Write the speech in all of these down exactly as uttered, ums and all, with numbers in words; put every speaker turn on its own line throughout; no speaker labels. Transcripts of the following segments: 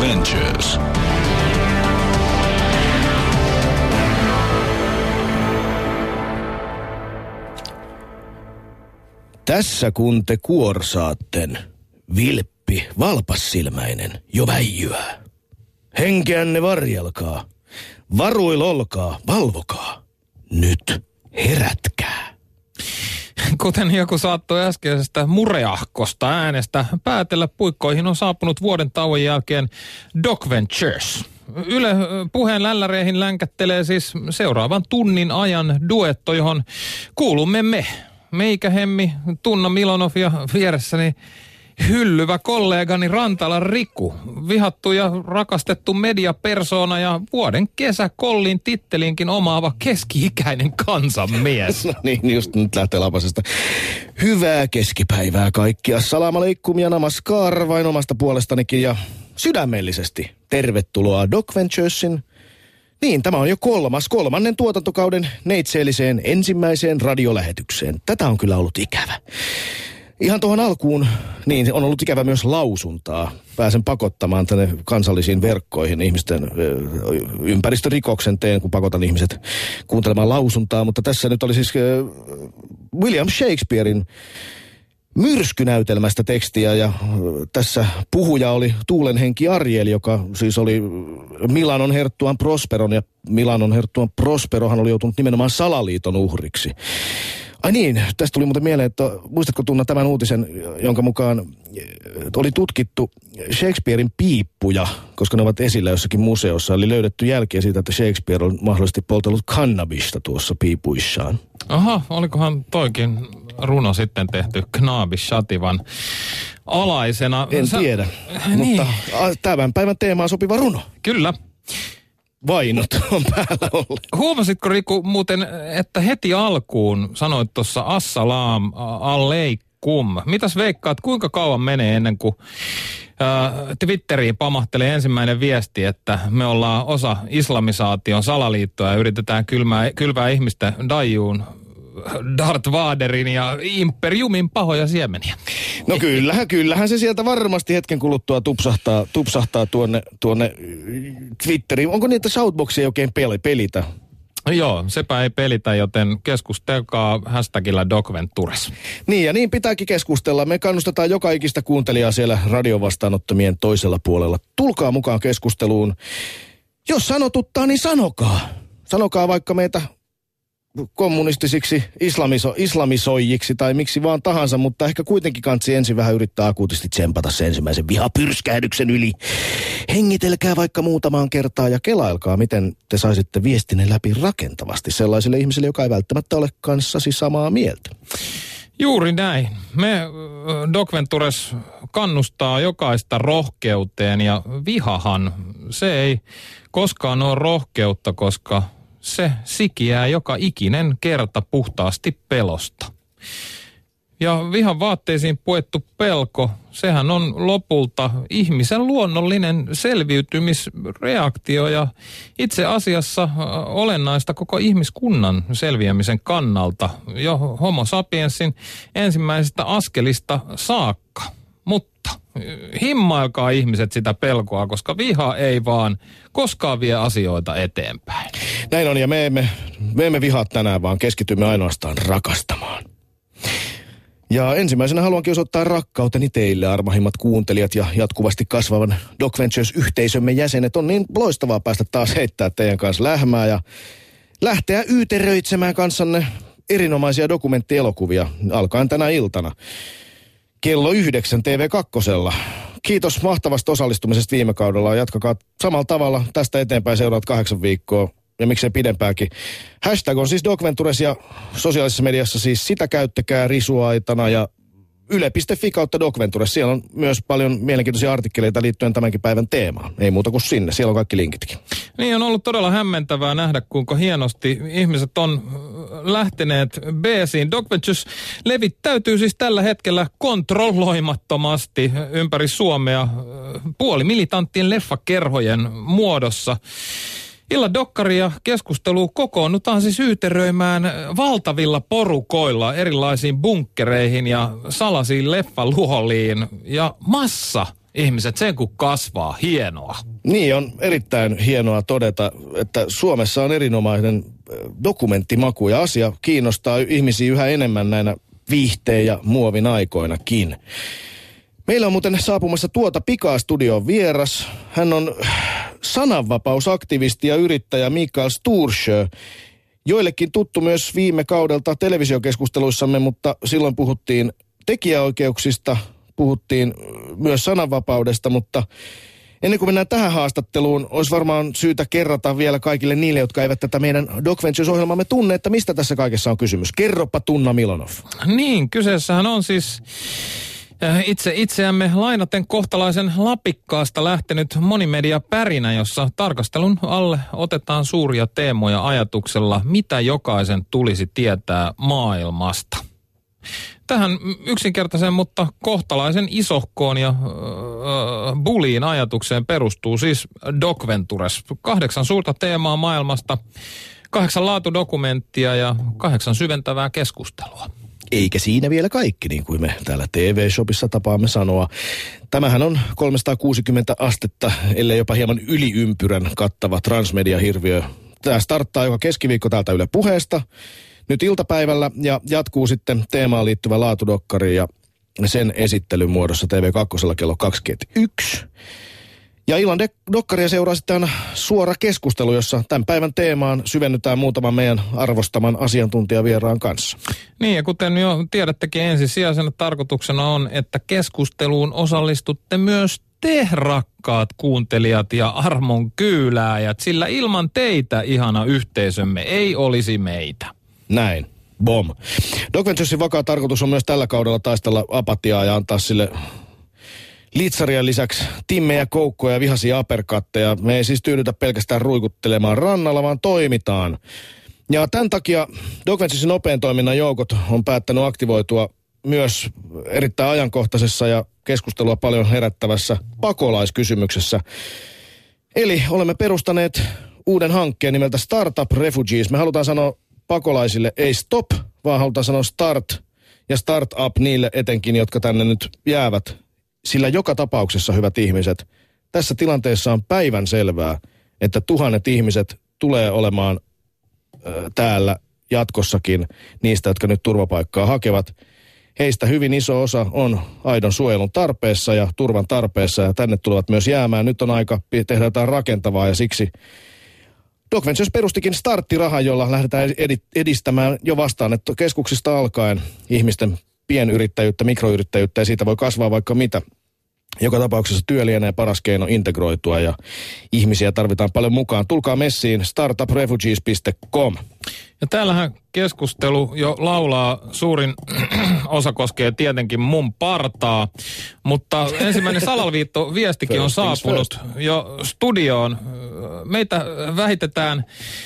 Ventures.
Tässä kun te kuorsaatten, vilppi, valpassilmäinen, jo väijyää. Henkeänne varjelkaa, varuil olkaa, valvokaa. Nyt herätkää.
Kuten joku saattoi äskeisestä mureahkosta äänestä päätellä, puikkoihin on saapunut vuoden tauon jälkeen Doc Ventures. Yle Puheen lälläreihin länkättelee siis seuraavan tunnin ajan duetto, johon kuulumme me. Meikähemmi, Tunna Milonov ja vieressäni hyllyvä kollegani Rantala Riku. Vihattu ja rakastettu mediapersona ja vuoden kesäkollin tittelinkin omaava keski-ikäinen kansanmies.
No niin, just nyt lähtee lapasesta. Hyvää keskipäivää kaikkia. Salam aleikum ja namaskar vain omasta puolestanikin ja sydämellisesti tervetuloa Doc Venturesin. Niin, tämä on jo kolmas, kolmannen tuotantokauden neitseelliseen ensimmäiseen radiolähetykseen. Tätä on kyllä ollut ikävä. Ihan tuohon alkuun, niin on ollut ikävä myös lausuntaa. Pääsen pakottamaan tänne kansallisiin verkkoihin ihmisten ympäristörikoksen teen, kun pakotan ihmiset kuuntelemaan lausuntaa. Mutta tässä nyt oli siis William Shakespearein myrskynäytelmästä tekstiä ja tässä puhuja oli Tuulenhenki Ariel, joka siis oli Milanon herttuan Prosperon ja Milanon herttuan Prosperohan oli joutunut nimenomaan salaliiton uhriksi. Ai niin, tästä tuli muuten mieleen, että muistatko Tunna tämän uutisen, jonka mukaan oli tutkittu Shakespearein piippuja, koska ne ovat esillä jossakin museossa, eli löydetty jälkiä siitä, että Shakespeare on mahdollisesti poltellut kannabista tuossa piipuissaan.
Aha, olikohan toikin runo sitten tehty Knaabishativan alaisena?
En Sä... tiedä, niin. Mutta tämän päivän teemaan sopiva runo.
Kyllä.
Vainot on päällä ollut.
Huomasitko Riku muuten, että heti alkuun sanoit tuossa assalaam aleikum. Mitäs veikkaat, kuinka kauan menee ennen kuin äh, Twitteriin pamahtelee ensimmäinen viesti, että me ollaan osa islamisaation salaliittoa ja yritetään kylmää, kylvää ihmistä daijuun Darth Vaderin ja Imperiumin pahoja siemeniä.
No kyllähän, kyllähän se sieltä varmasti hetken kuluttua tupsahtaa, tupsahtaa tuonne, tuonne Twitteriin. Onko niitä shoutboxia oikein peli, pelitä?
Joo, sepä ei pelitä, joten keskustelkaa hashtagillä Doc Ventures.
Niin ja niin pitääkin keskustella. Me kannustetaan joka ikistä kuuntelijaa siellä radiovastaanottomien toisella puolella. Tulkaa mukaan keskusteluun. Jos sanotuttaa, niin sanokaa. Sanokaa vaikka meitä kommunistisiksi islamiso, islamisoijiksi tai miksi vaan tahansa, mutta ehkä kuitenkin kansi ensin vähän yrittää akuutisti tsempata se ensimmäisen vihapyrskähdyksen yli. Hengitelkää vaikka muutamaan kertaa ja kelailkaa, miten te saisitte viestinne läpi rakentavasti sellaisille ihmisille, joka ei välttämättä ole kanssasi samaa mieltä.
Juuri näin. Me Doc Ventures kannustaa jokaista rohkeuteen ja vihahan, se ei koskaan ole rohkeutta, koska se sikiää joka ikinen kerta puhtaasti pelosta. Ja vihan vaatteisiin puettu pelko, sehän on lopulta ihmisen luonnollinen selviytymisreaktio ja itse asiassa olennaista koko ihmiskunnan selviämisen kannalta jo homo sapiensin ensimmäisestä askelista saakka. Mutta himmailkaa ihmiset sitä pelkoa, koska viha ei vaan koskaan vie asioita eteenpäin.
Näin on, ja me emme, me emme vihaa tänään, vaan keskitymme ainoastaan rakastamaan. Ja ensimmäisenä haluankin osoittaa rakkauteni teille, armahimmat kuuntelijat ja jatkuvasti kasvavan Doc Ventures-yhteisömme jäsenet. On niin loistavaa päästä taas heittää teidän kanssa lähmää ja lähteä yyteröitsemään kanssanne erinomaisia dokumenttielokuvia alkaen tänä iltana. Kello yhdeksän T V kakkosella. Kiitos mahtavasta osallistumisesta viime kaudella. Jatkakaa samalla tavalla tästä eteenpäin seuraavat kahdeksan viikkoa. Ja miksei pidempääkin. Hashtag on siis Doc Ventures ja sosiaalisessa mediassa siis sitä käyttäkää risuaitana ja yle piste fi kautta Doc Ventures. Siellä on myös paljon mielenkiintoisia artikkeleita liittyen tämänkin päivän teemaan. Ei muuta kuin sinne. Siellä on kaikki linkitkin.
Niin on ollut todella hämmentävää nähdä, kuinka hienosti ihmiset on lähteneet beesiin. Doc Ventures levittäytyy siis tällä hetkellä kontrolloimattomasti ympäri Suomea puolimilitanttien leffakerhojen muodossa. Illan dokkari ja keskustelu kokoonnutaan siis yyteröimään valtavilla porukoilla erilaisiin bunkkereihin ja salaisiin leffaluoliin. Ja massa ihmiset, sen kun kasvaa, hienoa.
Niin, on erittäin hienoa todeta, että Suomessa on erinomainen dokumenttimaku ja asia kiinnostaa ihmisiä yhä enemmän näinä viihteen ja muovin aikoinakin. Meillä on muuten saapumassa tuota pikaa studion vieras. Hän on sananvapausaktivisti ja yrittäjä Mikael Storsjö. Joillekin tuttu myös viime kaudelta televisiokeskusteluissamme, mutta silloin puhuttiin tekijäoikeuksista, puhuttiin myös sananvapaudesta, mutta ennen kuin mennään tähän haastatteluun, olisi varmaan syytä kerrata vielä kaikille niille, jotka eivät tätä meidän Doc Ventures-ohjelmamme tunne, että mistä tässä kaikessa on kysymys. Kerropa Tunna Milonov.
Niin, kyseessähän on siis itse itseämme lainaten kohtalaisen lapikkaasta lähtenyt monimediapärinä, jossa tarkastelun alle otetaan suuria teemoja ajatuksella, mitä jokaisen tulisi tietää maailmasta. Tähän yksinkertaisen, mutta kohtalaisen isohkoon ja äh, buliin ajatukseen perustuu siis Doc Ventures. Kahdeksan suurta teemaa maailmasta, kahdeksan laatudokumenttia ja kahdeksan syventävää keskustelua.
Eikä siinä vielä kaikki, niin kuin me täällä T V-shopissa tapaamme sanoa. Tämähän on kolmesataakuusikymmentä astetta, ellei jopa hieman yliympyrän kattava transmedia-hirviö. Tämä starttaa joka keskiviikko täältä Yle Puheesta nyt iltapäivällä ja jatkuu sitten teemaan liittyvä laatudokkari ja sen esittelyn muodossa T V kaksi kello kaksikymmentäyksi. Ja illan de- dokkaria seuraa sitten aina suora keskustelu, jossa tämän päivän teemaan syvennytään muutaman meidän arvostaman asiantuntijavieraan kanssa.
Niin, ja kuten jo tiedättekin, ensisijaisena tarkoituksena on, että keskusteluun osallistutte myös te, rakkaat kuuntelijat ja armon kyylääjät, sillä ilman teitä, ihana yhteisömme, ei olisi meitä.
Näin. Bom. Doc Venturesin vakaa tarkoitus on myös tällä kaudella taistella apatiaa ja antaa sille litsarien lisäksi timmejä, koukkoja ja vihaisia aperkatteja. Me ei siis tyydytä pelkästään ruikuttelemaan rannalla, vaan toimitaan. Ja tämän takia Doc Venturesin nopean toiminnan joukot on päättänyt aktivoitua myös erittäin ajankohtaisessa ja keskustelua paljon herättävässä pakolaiskysymyksessä. Eli olemme perustaneet uuden hankkeen nimeltä Startup Refugees. Me halutaan sanoa pakolaisille ei stop, vaan halutaan sanoa start ja startup niille etenkin, jotka tänne nyt jäävät. Sillä joka tapauksessa, hyvät ihmiset, tässä tilanteessa on päivän selvää, että tuhannet ihmiset tulee olemaan ö, täällä jatkossakin niistä, jotka nyt turvapaikkaa hakevat. Heistä hyvin iso osa on aidon suojelun tarpeessa ja turvan tarpeessa ja tänne tulevat myös jäämään. Nyt on aika tehdä jotain rakentavaa ja siksi Doc Ventures perustikin starttirahan, jolla lähdetään edistämään jo vastaanotto keskuksista alkaen ihmisten pienyrittäjyyttä, mikroyrittäjyyttä ja siitä voi kasvaa vaikka mitä. Joka tapauksessa työ lienee paras keino integroitua ja ihmisiä tarvitaan paljon mukaan. Tulkaa messiin startup refugees piste com.
Ja täällähän keskustelu jo laulaa, suurin osa koskee tietenkin mun partaa, mutta ensimmäinen Salaliitto viestikin on saapunut jo studioon. Meitä vähitetään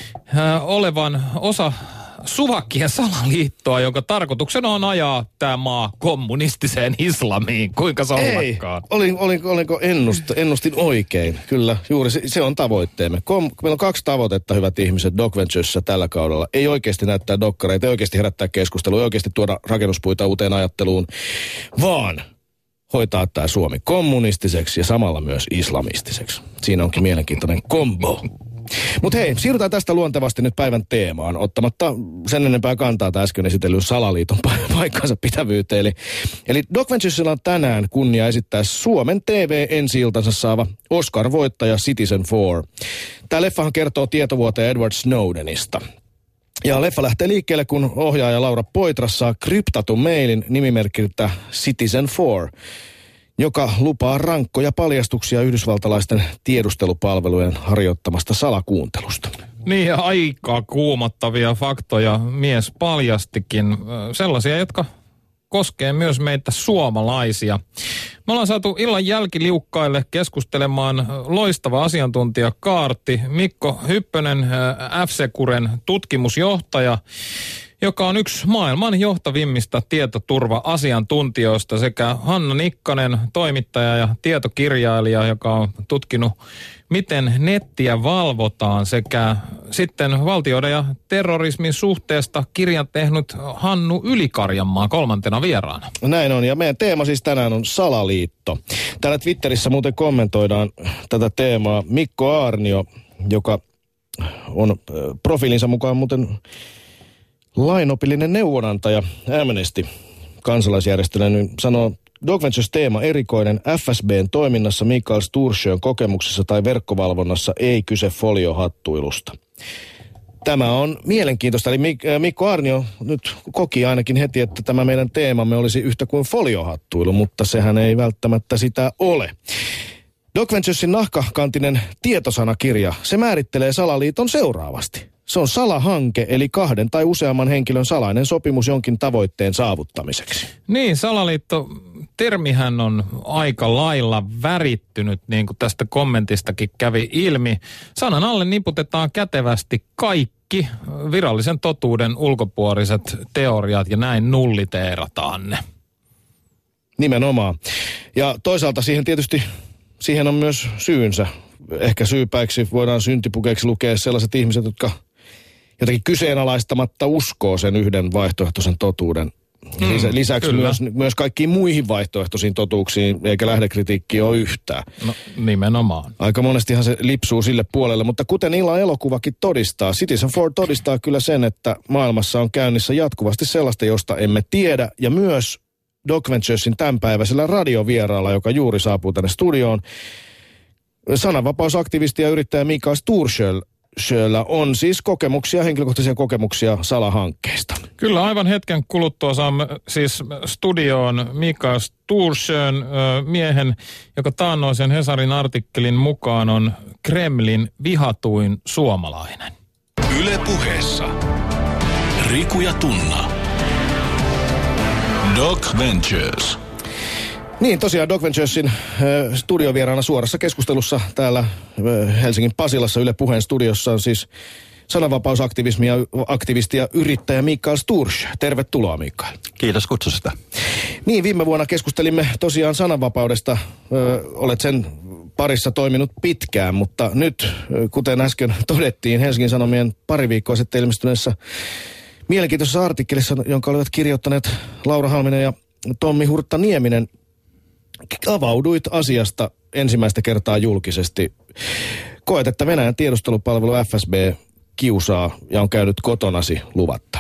olevan osa Suvakkien salaliittoa, jonka tarkoituksena on ajaa tämä maa kommunistiseen islamiin. Kuinka se ollakaan?
Ei, olin, olin, olinko ennust, ennustin oikein? Kyllä, juuri se, se on tavoitteemme. Kom, meillä on kaksi tavoitetta, hyvät ihmiset, Doc Venturesissa tällä kaudella. Ei oikeasti näyttää dokkareita, ei oikeasti herättää keskustelua, ei oikeasti tuoda rakennuspuita uuteen ajatteluun, vaan hoitaa tämä Suomi kommunistiseksi ja samalla myös islamistiseksi. Siinä onkin mielenkiintoinen kombo. Mutta hei, siirrytään tästä luontevasti nyt päivän teemaan, ottamatta sen enempää kantaa tämän äsken esitellyn salaliiton paikkansa pitävyyteen. Eli, eli Doc Venturesilla on tänään kunnia esittää Suomen T V-ensi-iltansa saava Oscar-voittaja Citizen Four. Tämä leffahan kertoo tietovuoteen Edward Snowdenista. Ja leffa lähtee liikkeelle, kun ohjaaja Laura Poitras saa kryptatun mailin nimimerkiltä Citizen Four, joka lupaa rankkoja paljastuksia yhdysvaltalaisten tiedustelupalvelujen harjoittamasta salakuuntelusta.
Niin, aika kuumottavia faktoja mies paljastikin. Sellaisia, jotka koskee myös meitä suomalaisia. Me ollaan saatu illan jälkiliukkaille keskustelemaan loistava asiantuntija Kaarti, Mikko Hyppönen, F-Securen tutkimusjohtaja. joka on yksi maailman johtavimmista tietoturva-asiantuntijoista, sekä Hanna Nikkanen, toimittaja ja tietokirjailija, joka on tutkinut, miten nettiä valvotaan, sekä sitten valtioiden ja terrorismin suhteesta kirjan tehnyt Hannu Ylikarjanmaa kolmantena vieraana.
Näin on, ja meidän teema siis tänään on salaliitto. Täällä Twitterissä muuten kommentoidaan tätä teemaa Mikko Aarnio, joka on profiilinsa mukaan muuten lainopillinen neuvonantaja Amnesty kansalaisjärjestölle, niin sanoo: Dog Ventures-teema erikoinen. F S B:n toiminnassa, Mikael Sturkön kokemuksessa tai verkkovalvonnassa ei kyse foliohattuilusta. Tämä on mielenkiintoista. Eli Mik- Mikko Aarnio nyt koki ainakin heti, että tämä meidän teemamme olisi yhtä kuin foliohattuilu, mutta sehän ei välttämättä sitä ole. Dog Venturesin nahkakantinen tietosanakirja, se määrittelee salaliiton seuraavasti. Se on salahanke, eli kahden tai useamman henkilön salainen sopimus jonkin tavoitteen saavuttamiseksi.
Niin, salaliitto-termihän on aika lailla värittynyt, niin kuin tästä kommentistakin kävi ilmi. Sanan alle niputetaan kätevästi kaikki virallisen totuuden ulkopuoliset teoriat ja näin nulliteerataan ne.
Nimenomaan. Ja toisaalta siihen tietysti, siihen on myös syynsä. Ehkä syypäiksi voidaan syntipukeiksi lukea sellaiset ihmiset, jotka jotenkin kyseenalaistamatta uskoo sen yhden vaihtoehtoisen totuuden. Mm, Lisäksi myös, myös kaikkiin muihin vaihtoehtoisiin totuuksiin, eikä lähdekritiikkiä ole yhtään.
No nimenomaan.
Aika monestihan se lipsuu sille puolelle, mutta kuten illan elokuvakin todistaa, Citizen Four todistaa kyllä sen, että maailmassa on käynnissä jatkuvasti sellaista, josta emme tiedä, ja myös Dog Venturesin tämänpäiväisellä radiovieraalla, joka juuri saapuu tänne studioon, sananvapausaktivisti ja yrittäjä Mikael Sturkö on siis kokemuksia, henkilökohtaisia kokemuksia salahankkeista.
Kyllä, aivan hetken kuluttua saamme siis studioon Mikael Sturkön, miehen, joka taannoisen Hesarin artikkelin mukaan on Kremlin vihatuin suomalainen.
Yle Puheessa Riku ja Tunna. Dog Ventures.
Niin, tosiaan Dog Venturesin äh, studiovieraana suorassa keskustelussa täällä äh, Helsingin Pasilassa Yle Puheen studiossa on siis sananvapausaktivismi ja aktivisti ja yrittäjä Mikael Sturkö. Tervetuloa, Mikael.
Kiitos kutsusta.
Niin, viime vuonna keskustelimme tosiaan sananvapaudesta. Äh, olet sen parissa toiminut pitkään, mutta nyt, äh, kuten äsken todettiin, Helsingin Sanomien pari viikkoa sitten ilmestyneessä mielenkiintoisessa artikkelissa, jonka olivat kirjoittaneet Laura Halminen ja Tommi Hurtta-Nieminen, avauduit asiasta ensimmäistä kertaa julkisesti. Koet, että Venäjän tiedustelupalvelu F S B kiusaa ja on käynyt kotonasi luvatta.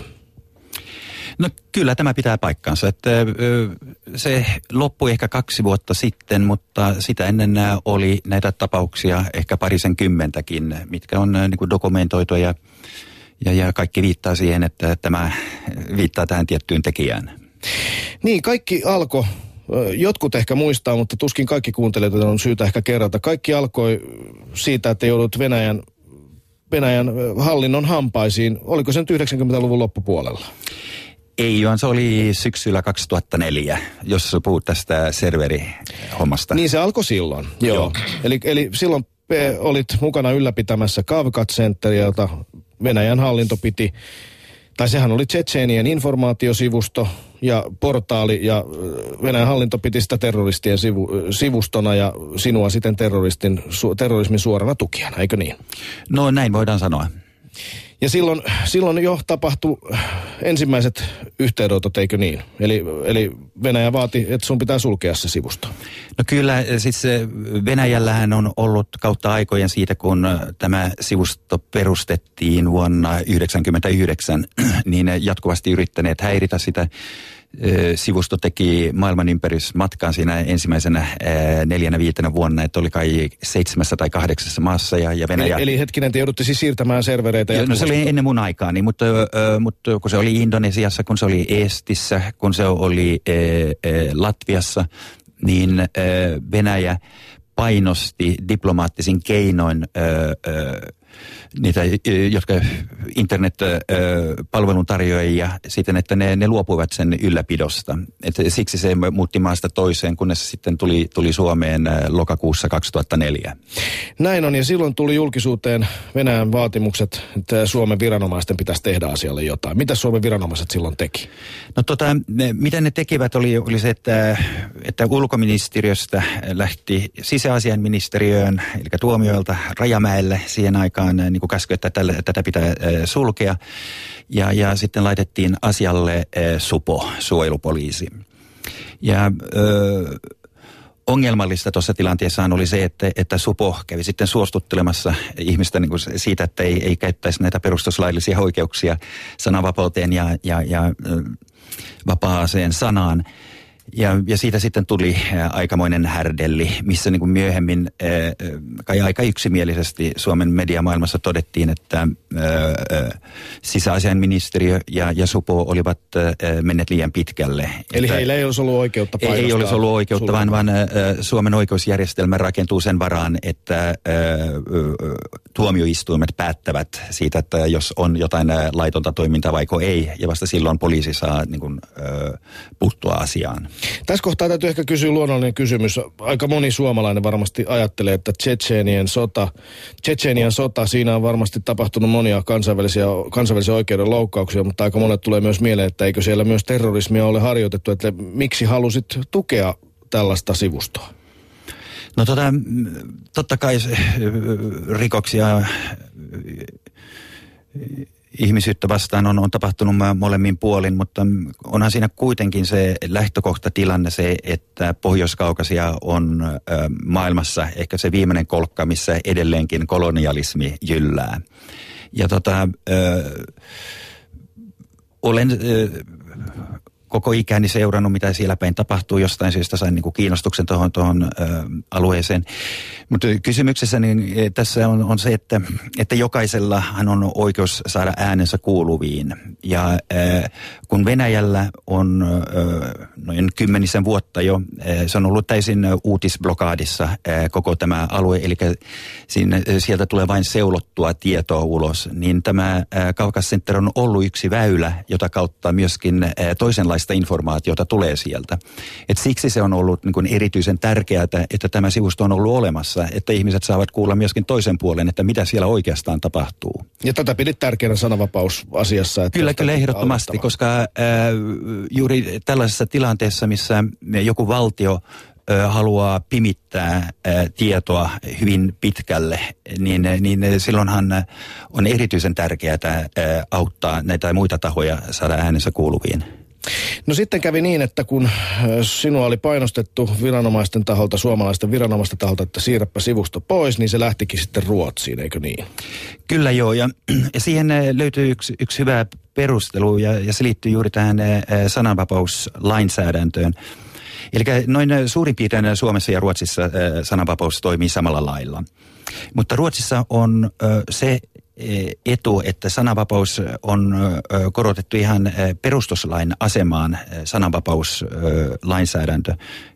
No kyllä tämä pitää paikkansa. Että, se loppui ehkä kaksi vuotta sitten, mutta sitä ennen oli näitä tapauksia ehkä parisen kymmentäkin, mitkä on niin kuin dokumentoitu ja, ja, ja kaikki viittaa siihen, että tämä viittaa tähän tiettyyn tekijään.
Niin, kaikki alkoi. Jotkut ehkä muistaa, mutta tuskin kaikki kuuntelijat on syytä ehkä kerrata. Kaikki alkoi siitä, että joudut Venäjän, Venäjän hallinnon hampaisiin. Oliko se nyt yhdeksänkymmentäluvun loppupuolella?
Ei, vaan se oli syksyllä kaksituhattaneljä, jos puhut tästä serverihommasta.
Niin se alkoi silloin, joo. joo. Eli, eli silloin olit mukana ylläpitämässä Kavkat Centeria, jota Venäjän hallinto piti. Tai sehän oli Tšetšeenien informaatiosivusto ja portaali, ja Venäjän hallinto piti sitä terroristien sivu, sivustona ja sinua sitten terroristin, su, terrorismin suorana tukijana, eikö niin?
No näin voidaan sanoa.
Ja silloin, silloin jo tapahtui ensimmäiset yhteydenotot, eikö niin? Eli, eli Venäjä vaati, että sun pitää sulkea se sivusto.
No kyllä, siis Venäjällähän on ollut kautta aikojen siitä, kun tämä sivusto perustettiin vuonna yhdeksänkymmentäyhdeksän, niin jatkuvasti yrittäneet häiritä sitä. Sivusto teki maailmanympärysmatkan siinä ensimmäisenä neljänä viitenä vuonna, että oli kai seitsemässä tai kahdeksassa maassa. Ja, ja Venäjä...
Eli, eli hetkinen, te joudutte siis siirtämään servereitä?
No se oli ennen mun aikaani, mutta, mutta kun se oli Indonesiassa, kun se oli Eestissä, kun se oli Latviassa, niin Venäjä painosti diplomaattisin keinoin niitä, jotka internet-palveluntarjoajia siten, että ne, ne luopuivat sen ylläpidosta. Et siksi se muutti maasta toiseen, kunnes sitten tuli, tuli Suomeen lokakuussa kaksituhattaneljä.
Näin on, ja silloin tuli julkisuuteen Venäjän vaatimukset, että Suomen viranomaisten pitäisi tehdä asialle jotain. Mitä Suomen viranomaiset silloin teki?
No tota, ne, mitä ne tekivät oli, oli se, että, että ulkoministeriöstä lähti sisäasiainministeriöön, eli tuomioilta Rajamäelle siihen aikaan niin kuin käsky, että tällä, tätä pitää sulkea. Ja, ja sitten laitettiin asialle SUPO, suojelupoliisi. Ja ö, ongelmallista tuossa tilanteessaan oli se, että, että SUPO kävi sitten suostuttelemassa ihmistä niin kuin siitä, että ei, ei käyttäisi näitä perustuslaillisia oikeuksia sananvapauteen ja, ja, ja vapaaseen sanaan. Ja, ja siitä sitten tuli ä, aikamoinen härdelli, missä niin kuin myöhemmin ä, kai aika yksimielisesti Suomen mediamaailmassa todettiin, että ä, ä, sisäasiainministeriö ja, ja SUPO olivat ä, menneet liian pitkälle.
Eli
että
heillä ei olisi ollut oikeutta painostaa?
Ei olisi ollut oikeutta, vaan, vaan ä, Suomen oikeusjärjestelmä rakentuu sen varaan, että ä, tuomioistuimet päättävät siitä, että jos on jotain ä, laitonta toimintaa vaiko ei, ja vasta silloin poliisi saa niin kuin, ä, puuttua asiaan.
Tässä kohtaa täytyy ehkä kysyä luonnollinen kysymys. Aika moni suomalainen varmasti ajattelee, että Tšetšenien sota, Tšetšenian sota, siinä on varmasti tapahtunut monia kansainvälisiä, kansainvälisiä oikeuden loukkauksia, mutta aika monet tulee myös mieleen, että eikö siellä myös terrorismia ole harjoitettu, että miksi halusit tukea tällaista sivustoa?
No tota, totta kai rikoksia ihmisyyttä vastaan on, on tapahtunut molemmin puolin, mutta onhan siinä kuitenkin se lähtökohtatilanne se, että Pohjois-Kaukasia on ö, maailmassa ehkä se viimeinen kolkka, missä edelleenkin kolonialismi jyllää. Ja tota, ö, olen ö, koko ikäni seurannut, mitä siellä päin tapahtuu. Jostain syystä sain niin kuin kiinnostuksen tuohon, tuohon ö, alueeseen. Mutta kysymyksessä niin, tässä on, on se, että, että jokaisellahan on oikeus saada äänensä kuuluviin. Ja ö, kun Venäjällä on ö, noin kymmenisen vuotta jo, ö, se on ollut täysin uutisblokaadissa ö, koko tämä alue, eli siinä, sieltä tulee vain seulottua tietoa ulos, niin tämä ö, Kaukas Center on ollut yksi väylä, jota kautta myöskin ö, toisenlaista informaatiota tulee sieltä. Et siksi se on ollut niin kuin erityisen tärkeää, että, että tämä sivusto on ollut olemassa, että ihmiset saavat kuulla myöskin toisen puolen, että mitä siellä oikeastaan tapahtuu. Ja
tätä pidit tärkeänä sananvapausasiassa. Että
kyllä, kyllä ehdottomasti, koska äh, juuri tällaisessa tilanteessa, missä joku valtio äh, haluaa pimittää äh, tietoa hyvin pitkälle, niin, niin silloinhan on erityisen tärkeää äh, auttaa näitä muita tahoja saada äänensä kuuluviin.
No sitten kävi niin, että kun sinua oli painostettu viranomaisten taholta, suomalaisten viranomaisten taholta, että siirräpä sivusto pois, niin se lähtikin sitten Ruotsiin, eikö niin?
Kyllä joo, ja, ja siihen löytyy yksi, yksi hyvä perustelu, ja, ja se liittyy juuri tähän sananvapauslainsäädäntöön. Eli noin suurin piirtein Suomessa ja Ruotsissa sananvapaus toimii samalla lailla. Mutta Ruotsissa on se etu, että sananvapaus on korotettu ihan perustuslain asemaan, sananvapauslainsäädäntö,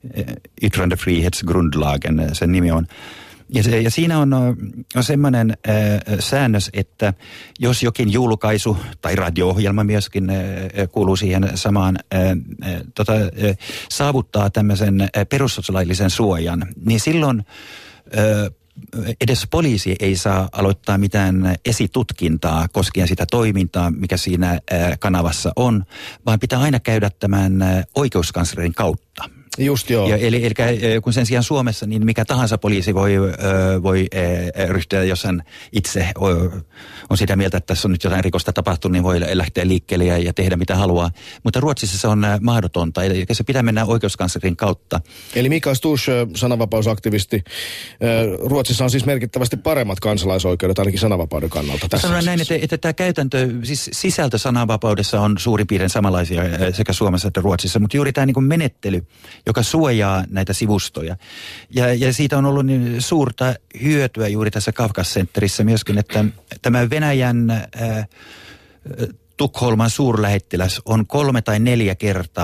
Yttrandefrihetsgrundlagen, sen nimi on. Ja, se, ja siinä on, on semmoinen äh, säännös, että jos jokin julkaisu tai radio-ohjelma myöskin äh, kuuluu siihen samaan, äh, äh, tota, äh, saavuttaa tämmöisen äh, perustuslaillisen suojan, niin silloin äh, edes poliisi ei saa aloittaa mitään esitutkintaa koskien sitä toimintaa, mikä siinä äh, kanavassa on, vaan pitää aina käydä tämän äh, oikeuskanslerin kautta.
Just joo.
Ja eli, eli kun sen sijaan Suomessa, niin mikä tahansa poliisi voi, voi ryhtyä, jos hän itse on sitä mieltä, että tässä on nyt jotain rikosta tapahtunut, niin voi lähteä liikkeelle ja, ja tehdä mitä haluaa. Mutta Ruotsissa se on mahdotonta, eli se pitää mennä oikeuskanslerin kautta.
Eli Mikael Stusch, sananvapausaktivisti, Ruotsissa on siis merkittävästi paremmat kansalaisoikeudet ainakin sananvapauden kannalta. Tässä
sanon näin, että, että tämä käytäntö, siis sisältö sananvapaudessa on suurin piirtein samanlaisia sekä Suomessa että Ruotsissa, mutta juuri tämä niin kuin menettely, joka suojaa näitä sivustoja. Ja, ja siitä on ollut niin suurta hyötyä juuri tässä Kaukas Centerissä myöskin, että tämä Venäjän äh, Tukholman suurlähettiläs on kolme tai neljä kertaa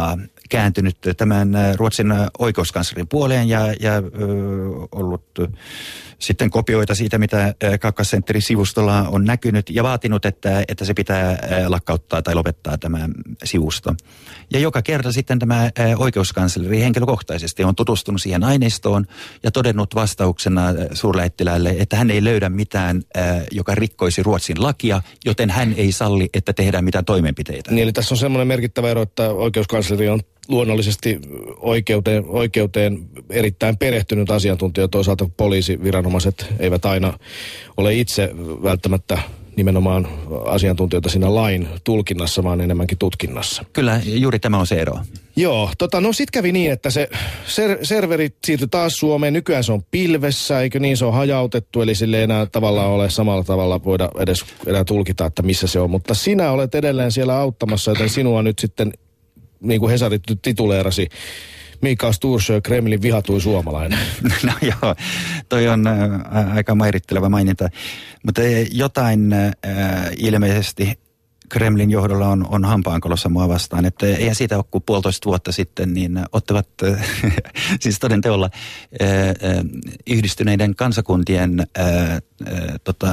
kääntynyt tämän Ruotsin oikeuskanslerin puoleen ja, ja ö, ollut sitten kopioita siitä, mitä Kakkascentterin sivustolla on näkynyt ja vaatinut, että, että se pitää lakkauttaa tai lopettaa tämä sivusto. Ja joka kerta sitten tämä oikeuskansleri henkilökohtaisesti on tutustunut siihen aineistoon ja todennut vastauksena suurlähettiläälle, että hän ei löydä mitään, joka rikkoisi Ruotsin lakia, joten hän ei salli, että tehdään mitään toimenpiteitä.
Niin, eli tässä on semmoinen merkittävä ero, että oikeuskansleri on luonnollisesti oikeuteen, oikeuteen erittäin perehtynyt asiantuntija. Toisaalta poliisiviranomaiset eivät aina ole itse välttämättä nimenomaan asiantuntijoita siinä lain tulkinnassa, vaan enemmänkin tutkinnassa.
Kyllä, juuri tämä on se ero.
Joo, tota, no sit kävi niin, että se ser- serveri siirtyi taas Suomeen. Nykyään se on pilvessä, eikö niin, se on hajautettu, eli sille ei enää tavallaan ole samalla tavalla voida edes enää tulkita, että missä se on. Mutta sinä olet edelleen siellä auttamassa, joten sinua nyt sitten, niin kuin Hesari tituleerasi, Mikael Storsjö, Kremlin vihatuin suomalainen.
No joo, toi on ä, aika mairitteleva maininta, mutta jotain ä, ilmeisesti Kremlin johdolla on, on hampaankolossa mua vastaan, että eihän siitä ole kuin puolitoista vuotta sitten, niin ottivat siis toden teolla ää, yhdistyneiden kansakuntien ää, tota,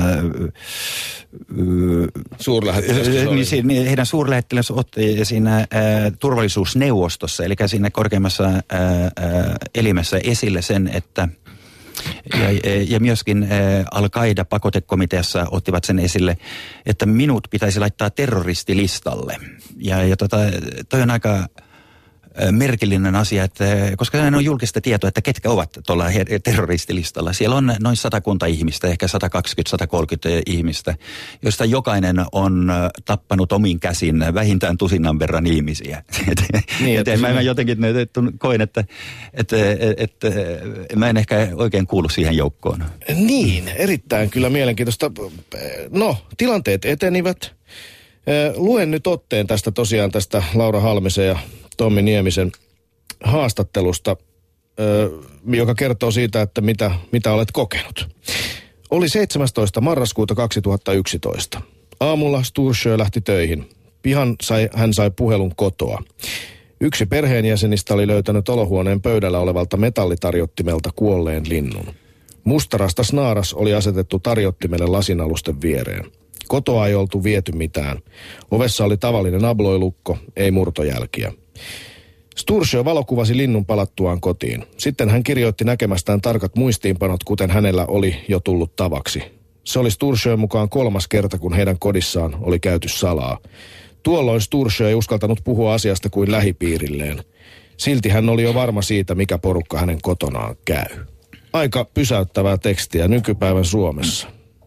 suurlähettiläs.
Niin, heidän suurlähettilänsä otti siinä ää, turvallisuusneuvostossa, eli siinä korkeimmassa ää, ää, elimessä esille sen, että Ja, ja myöskin Al-Qaida pakotekomiteassa ottivat sen esille, että minut pitäisi laittaa terroristilistalle. Ja, ja tota, toi on aika merkillinen asia, että koska sehän on julkista tietoa, että ketkä ovat tuolla terroristilistalla. Siellä on noin satakunta ihmistä, ehkä sata kaksikymmentä sata kolmekymmentä ihmistä, joista jokainen on tappanut omin käsin vähintään tusinan verran ihmisiä. Niin, että mä, mä jotenkin koen, että, että, että, että mä en ehkä oikein kuulu siihen joukkoon.
Niin, erittäin kyllä mielenkiintoista. No, tilanteet etenivät. Luen nyt otteen tästä tosiaan tästä Laura Halmisen ja Tommi Niemisen haastattelusta, joka kertoo siitä, että mitä, mitä olet kokenut. Oli seitsemästoista marraskuuta kaksituhattayksitoista. Aamulla Storsjö lähti töihin. Pihan sai, hän sai puhelun kotoa. Yksi perheenjäsenistä oli löytänyt olohuoneen pöydällä olevalta metallitarjottimelta kuolleen linnun. Mustarastas naaras oli asetettu tarjottimelle lasinalusten viereen. Kotoa ei oltu viety mitään. Ovessa oli tavallinen abloilukko, ei murtojälkiä. Storsjö valokuvasi linnun palattuaan kotiin. Sitten hän kirjoitti näkemästään tarkat muistiinpanot, kuten hänellä oli jo tullut tavaksi. Se oli Storsjön mukaan kolmas kerta, kun heidän kodissaan oli käyty salaa. Tuolloin Storsjö ei uskaltanut puhua asiasta kuin lähipiirilleen. Silti hän oli jo varma siitä, mikä porukka hänen kotonaan käy. Aika pysäyttävää tekstiä nykypäivän Suomessa.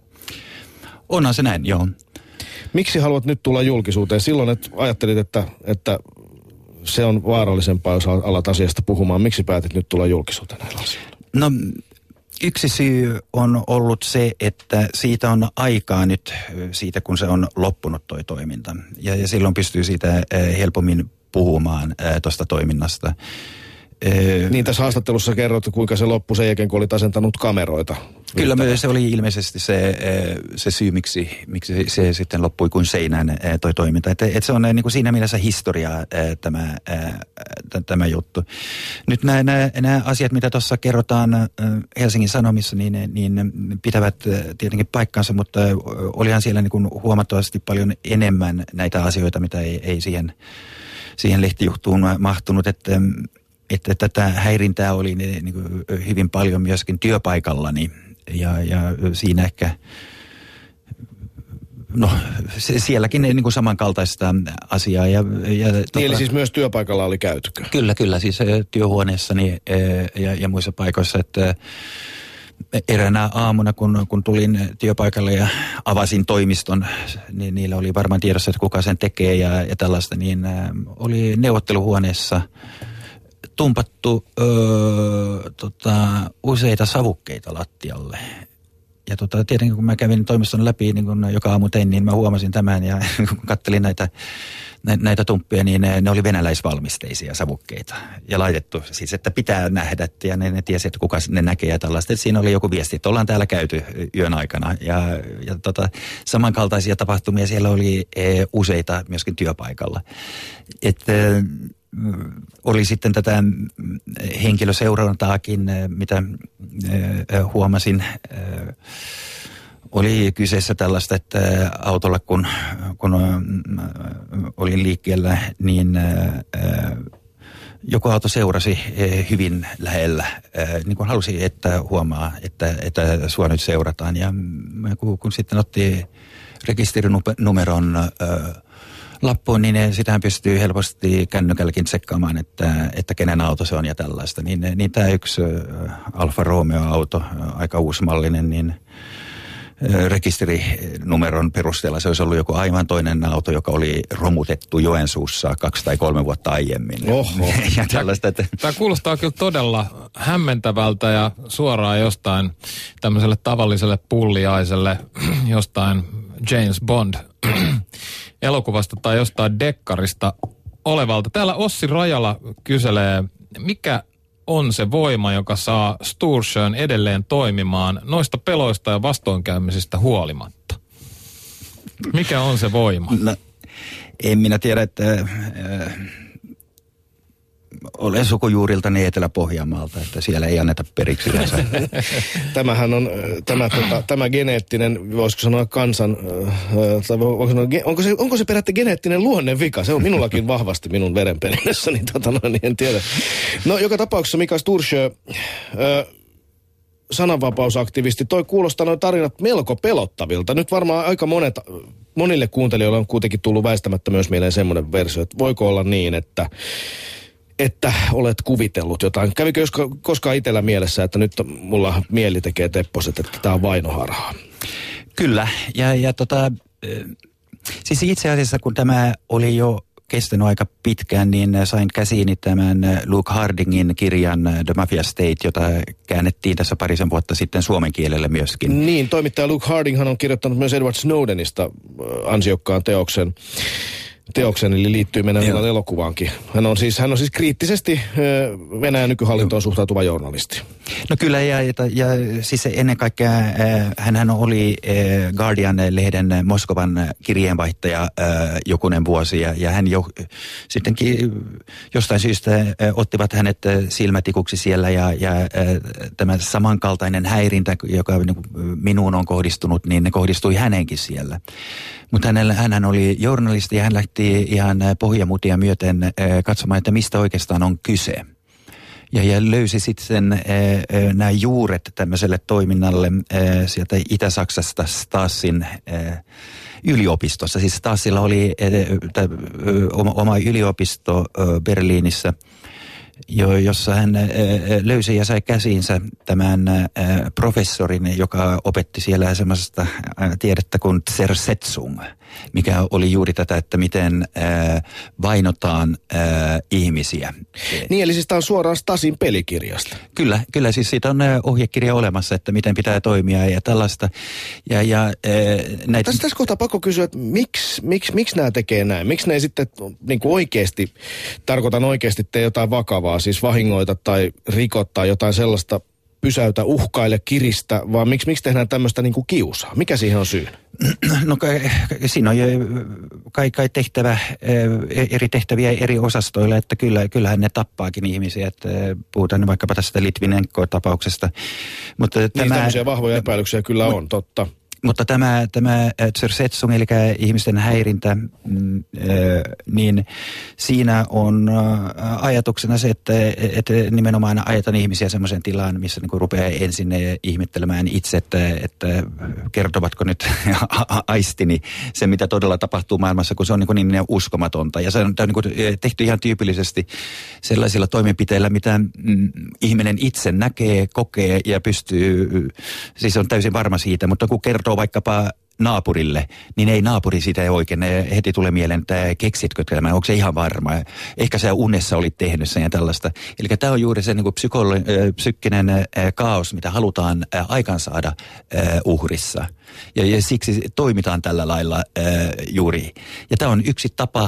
Onhan se näin, joo.
Miksi haluat nyt tulla julkisuuteen? Silloin et ajattelit, että, että se on vaarallisempaa, jos alat asiasta puhumaan. Miksi päätit nyt tulla julkisuuteen näillä asioilla?
No, yksi syy on ollut se, että siitä on aikaa nyt siitä, kun se on loppunut toi toiminta. Ja, ja silloin pystyy siitä helpommin puhumaan tuosta toiminnasta.
Niin tässä haastattelussa kerrot, kuinka se loppui sen jälkeen, kun olit asentanut kameroita.
Kyllä se oli ilmeisesti se, se syy, miksi, miksi se sitten loppui kuin seinään toi toiminta. Että et se on niin kuin siinä mielessä historiaa tämä, tämä juttu. Nyt nämä, nämä, nämä asiat, mitä tuossa kerrotaan Helsingin Sanomissa, niin, niin pitävät tietenkin paikkansa, mutta olihan siellä niin kuin huomattavasti paljon enemmän näitä asioita, mitä ei, ei siihen, siihen lehtijuhtuun mahtunut, että että tätä häirintää oli niin kuin hyvin paljon myöskin työpaikallani ja, ja siinä ehkä, no sielläkin niin kuin samankaltaista asiaa. Ja, ja
niin tota, eli siis myös työpaikalla oli käytykö?
Kyllä, kyllä, siis työhuoneessani ja, ja muissa paikoissa, että eräänä aamuna, kun, kun tulin työpaikalle ja avasin toimiston, niin niillä oli varmaan tiedossa, että kuka sen tekee ja, ja tällaista, niin oli neuvotteluhuoneessa tumpattu öö, tota, useita savukkeita lattialle. Ja tota, tietenkin kun mä kävin toimiston läpi, niin kun joka aamu tein, niin mä huomasin tämän. Ja kun kattelin näitä, näitä tumppia, niin ne, ne oli venäläisvalmisteisia savukkeita. Ja laitettu siis, että pitää nähdä. Ja ne, ne tiesi, että kuka ne näkee ja tällaista. Että siinä oli joku viesti, että ollaan täällä käyty yön aikana. Ja, ja tota, samankaltaisia tapahtumia siellä oli e, useita myöskin työpaikalla. Että oli sitten tätä henkilöseurantaakin, mitä huomasin. Oli kyseessä tällaista, että autolla kun, kun olin liikkeellä, niin joku auto seurasi hyvin lähellä, niin kuin halusi, että huomaa, että, että sua nyt seurataan. Ja kun, kun sitten otti rekisterinumeron lappuun, niin sitähän pystyy helposti kännykälläkin tsekkaamaan, että, että kenen auto se on ja tällaista. Niin, niin tämä yksi Alfa Romeo-auto, aika uusmallinen, niin rekisterinumeron perusteella se olisi ollut joku aivan toinen auto, joka oli romutettu Joensuussa kaksi tai kolme vuotta aiemmin.
Oho.
Ja tällaista, että...
Tämä kuulostaa kyllä todella hämmentävältä ja suoraan jostain tämmöiselle tavalliselle pulliaiselle jostain James Bond elokuvasta tai jostain dekkarista olevalta. Täällä Ossi Rajala kyselee, mikä on se voima, joka saa Storsjön edelleen toimimaan noista peloista ja vastoinkäymisistä huolimatta? Mikä on se voima?
No, en minä tiedä, että äh, olen sukujuuriltani Etelä-Pohjanmaalta, että siellä ei anneta periksi.
Tämähän on, tämä, tota, tämä geneettinen, voisiko sanoa kansan, äh, voisiko sanoa, onko, se, onko se peräti geneettinen luonnevika? Se on minullakin vahvasti minun verenperinnössä, niin, tota, no, niin en tiedä. No joka tapauksessa Mikael Storsjö, äh, sananvapausaktivisti, toi kuulostaa noin tarinat melko pelottavilta. Nyt varmaan aika monet, monille kuuntelijoille on kuitenkin tullut väistämättä myös mieleen semmoinen versio, että voiko olla niin, että että olet kuvitellut jotain. Kävikö koskaan itsellä mielessä, että nyt mulla mieli tekee tepposet, että tämä on vainoharhaa?
Kyllä, ja, ja tota, siis itse asiassa kun tämä oli jo kestänyt aika pitkään, niin sain käsiini tämän Luke Hardingin kirjan The Mafia State, jota käännettiin tässä parisen vuotta sitten suomen kielelle myöskin.
Niin, toimittaja Luke Harding on kirjoittanut myös Edward Snowdenista ansiokkaan teoksen. teoksen, eli liittyy meidän elokuvaankin. Hän on siis, hän on siis kriittisesti Venäjän nykyhallintoon suhtautuva journalisti.
No kyllä, ja, ja, ja siis ennen kaikkea hänhän oli Guardian-lehden Moskovan kirjeenvaihtaja jokunen vuosi, ja, ja hän jo sittenkin jostain syystä ottivat hänet silmätikuksi siellä, ja, ja tämä samankaltainen häirintä, joka minuun on kohdistunut, niin ne kohdistui hänenkin siellä. Mutta hän oli journalisti ja hän lähti ihan pohjamutia myöten katsomaan, että mistä oikeastaan on kyse. Ja, ja löysi sitten äh, nämä juuret tämmöiselle toiminnalle äh, sieltä Itä-Saksasta Stasin äh, yliopistossa. Siis Stasilla oli äh, äh, oma, oma yliopisto äh, Berliinissä, jo, jossa hän äh, löysi ja sai käsiinsä tämän äh, professorin, joka opetti siellä semmoista äh, tiedettä kuin Zersetzung, mikä oli juuri tätä, että miten äh, vainotaan äh, ihmisiä.
Niin, eli siis tämä on suoraan Stasin pelikirjasta.
Kyllä, kyllä siis siitä on äh, ohjekirja olemassa, että miten pitää toimia ja tällaista. Ja, ja, äh, näitä...
Tässä, tässä kohtaa pakko kysyä, että miksi, miksi, miksi nämä tekee näin? Miksi ne ei sitten niin kuin oikeasti, tarkoitan oikeasti, tee jotain vakavaa, siis vahingoita tai rikottaa jotain sellaista, pysäytä, uhkaile, kiristä, vaan miksi, miksi tehdään tämmöistä niin kuin kiusaa? Mikä siihen on syy?
No siinä on jo kai, kai tehtävä, eri tehtäviä eri osastoilla, että kyllä, kyllähän ne tappaakin ihmisiä, että puhutaan vaikkapa tästä Litvinenko-tapauksesta. Mutta
niin
tämä,
tämmöisiä vahvoja epäilyksiä kyllä on, totta.
Mutta tämä, tämä Zersetzung, eli ihmisten häirintä, niin siinä on ajatuksena se, että, että nimenomaan ajetaan ihmisiä semmoisen tilaan, missä niin kuin rupeaa ensin ihmettelemään itse, että, että kertovatko nyt aistini se, mitä todella tapahtuu maailmassa, kun se on niin, niin uskomatonta. Ja se on, on niin tehty ihan tyypillisesti sellaisilla toimenpiteillä, mitä mm, ihminen itse näkee, kokee ja pystyy, siis on täysin varma siitä, mutta kun kertoo vaikkapa naapurille, niin ei naapuri sitä ei oikein heti tule mieleen, että keksitkö tämän, onko se ihan varma. Ehkä sä unessa olit tehnyt sen ja tällaista. Eli tämä on juuri se niin kuin psykolo- psyykkinen kaos, mitä halutaan aikansaada uhrissa. Ja, ja siksi toimitaan tällä lailla juuri. Ja tämä on yksi tapa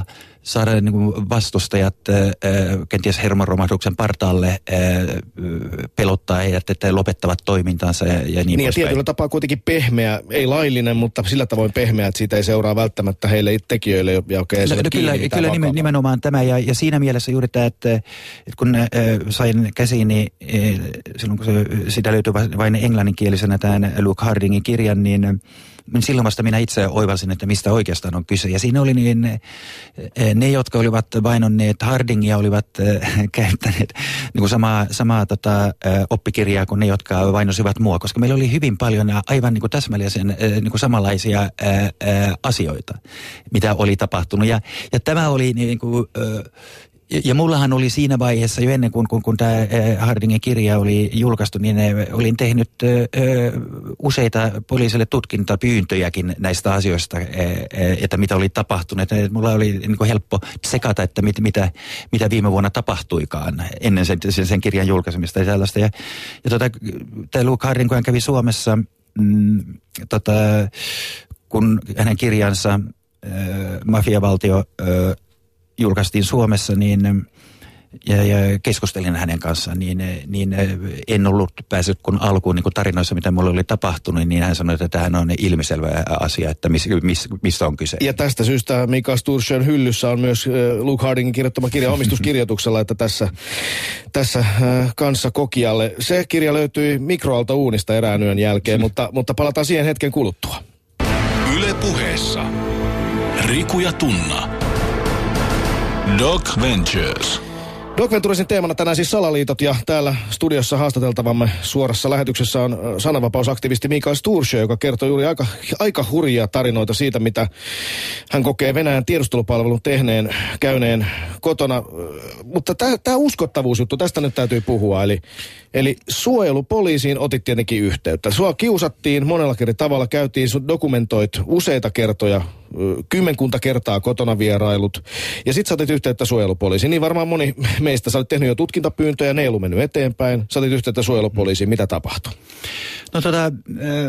saada niin kuin vastustajat kenties hermoromahduksen partaalle, pelottaa heidät, että lopettavat toimintansa ja niin, niin
ja tietyllä tapaa kuitenkin pehmeä, ei laillinen, mutta sillä tavoin pehmeä, että siitä ei seuraa välttämättä heille tekijöille, ja okei, se
no, kyllä, kyllä nimen, nimenomaan tämä, ja, ja siinä mielessä juuri tämä, että, että kun äh, sain käsiini, äh, silloin kun se, sitä löytyy vain englanninkielisenä tämän Luke Hardingin kirjan, niin silloin vasta minä itse oivalsin, että mistä oikeastaan on kyse. Ja siinä oli niin, ne, jotka olivat vainonneet Hardingia, olivat äh, käyttäneet niin kuin samaa, samaa tota, äh, oppikirjaa kuin ne, jotka vainosivat mua. Koska meillä oli hyvin paljon aivan niin kuin täsmällisen äh, niin kuin samanlaisia äh, äh, asioita, mitä oli tapahtunut. Ja, ja tämä oli niin kuin... Äh, Ja, ja mullahan oli siinä vaiheessa jo ennen kuin, kun, kun tämä Hardingin kirja oli julkaistu, niin olin tehnyt ö, useita poliisille tutkintapyyntöjäkin näistä asioista, että mitä oli tapahtunut. Et mulla oli niin kuin helppo sekata, että mit, mitä, mitä viime vuonna tapahtuikaan ennen sen, sen kirjan julkaisemista ja tällaista. Ja, ja tota, tämä Luke Harding, kun hän kävi Suomessa, mm, tota, kun hänen kirjansa ö, Mafiavaltio ö, julkaistiin Suomessa, niin ja, ja keskustelin hänen kanssaan, niin, niin en ollut päässyt kun alkuun niin kun tarinoissa, mitä mulle oli tapahtunut, niin hän sanoi, että tämähän on ilmiselvä asia, että mis, mis, mistä on kyse.
Ja tästä syystä Mikael Sturkön hyllyssä on myös Luke Hardingin kirjoittama kirja omistuskirjoituksella, että tässä, tässä kanssa kokijalle. Se kirja löytyi mikroaaltouunista erään yön jälkeen, mutta, mutta palataan siihen hetken kuluttua.
Yle Puheessa Riku ja Tunna. Doc Ventures.
Doc Venturesin teemana tänään siis salaliitot, ja täällä studiossa haastateltavamme suorassa lähetyksessä on sananvapausaktivisti Mikael Sturkö, joka kertoo juuri aika, aika hurjia tarinoita siitä, mitä hän kokee Venäjän tiedustelupalvelun tehneen, käyneen kotona. Mutta tämä uskottavuusjuttu, tästä nyt täytyy puhua. Eli, eli suojelupoliisiin otit tietenkin yhteyttä. Sua kiusattiin monellakin eri tavalla, käytiin, dokumentoit useita kertoja, kymmenkunta kertaa kotona vierailut, ja sit sä otit yhteyttä suojelupoliisiin. Niin varmaan moni meistä, sä olit tehnyt jo tutkintapyyntöjä, ne ei ollut mennyt eteenpäin, sä otit yhteyttä suojelupoliisiin, mitä tapahtui?
No tota, äh,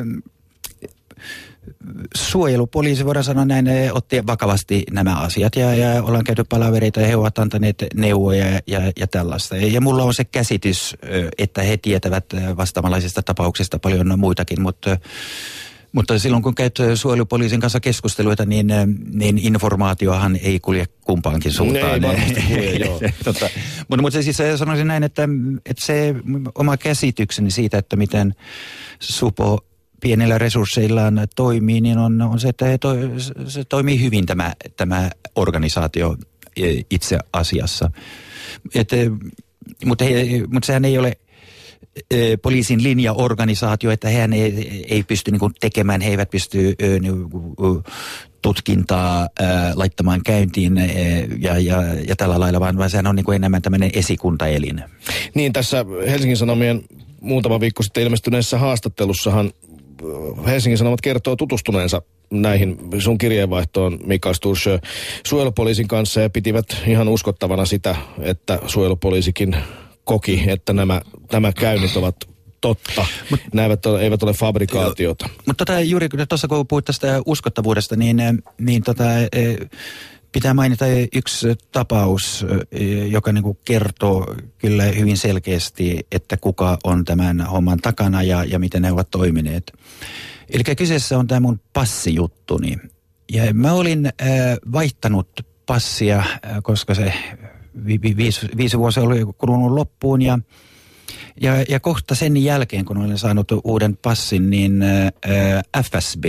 suojelupoliisi, voidaan sanoa näin, otti vakavasti nämä asiat, ja, ja ollaan käyty palavereita, ja he ovat antaneet neuvoja ja, ja, ja tällaista. Ja, ja mulla on se käsitys, että he tietävät vastaavanlaisista tapauksista paljon muitakin, mutta Mutta silloin kun käyt suojelupoliisin kanssa keskusteluita, niin, niin informaatiohan ei kulje kumpaankin suuntaan.
Ei varmasti kulje, joo.
tota, mutta, mutta siis sanoisin näin, että, että se oma käsitykseni siitä, että miten Supo pienillä resursseillaan toimii, niin on, on se, että he to, se toimii hyvin tämä, tämä organisaatio itse asiassa. Et, mutta, he, mutta sehän ei ole poliisin linjaorganisaatio, että hän ei, ei pysty niin kuin tekemään, he eivät pysty niin kuin, tutkintaa ää, laittamaan käyntiin ää, ja, ja, ja tällä lailla, vaan, vaan sehän on niin kuin enemmän tämmöinen esikuntaelin.
Niin, tässä Helsingin Sanomien muutama viikko sitten ilmestyneessä haastattelussahan Helsingin Sanomat kertoo tutustuneensa näihin sun kirjeenvaihtoon Mikael Sturkö suojelupoliisin kanssa, ja pitivät ihan uskottavana sitä, että suojelupoliisikin koki, että nämä, nämä käynnit ovat totta. Mut, nämä eivät ole, eivät ole fabrikaatiota.
Mutta tota, juuri tuossa kun puhuit tästä uskottavuudesta, niin, niin tota, pitää mainita yksi tapaus, joka niin kuin kertoo kyllä hyvin selkeästi, että kuka on tämän homman takana ja, ja miten ne ovat toimineet. Eli kyseessä on tämä mun passijuttuni. Ja mä olin äh, vaihtanut passia, äh, koska se vi, vi, viisi, viisi vuosia oli kulunut loppuun, ja Ja, ja kohta sen jälkeen, kun olen saanut uuden passin, niin ää, F S B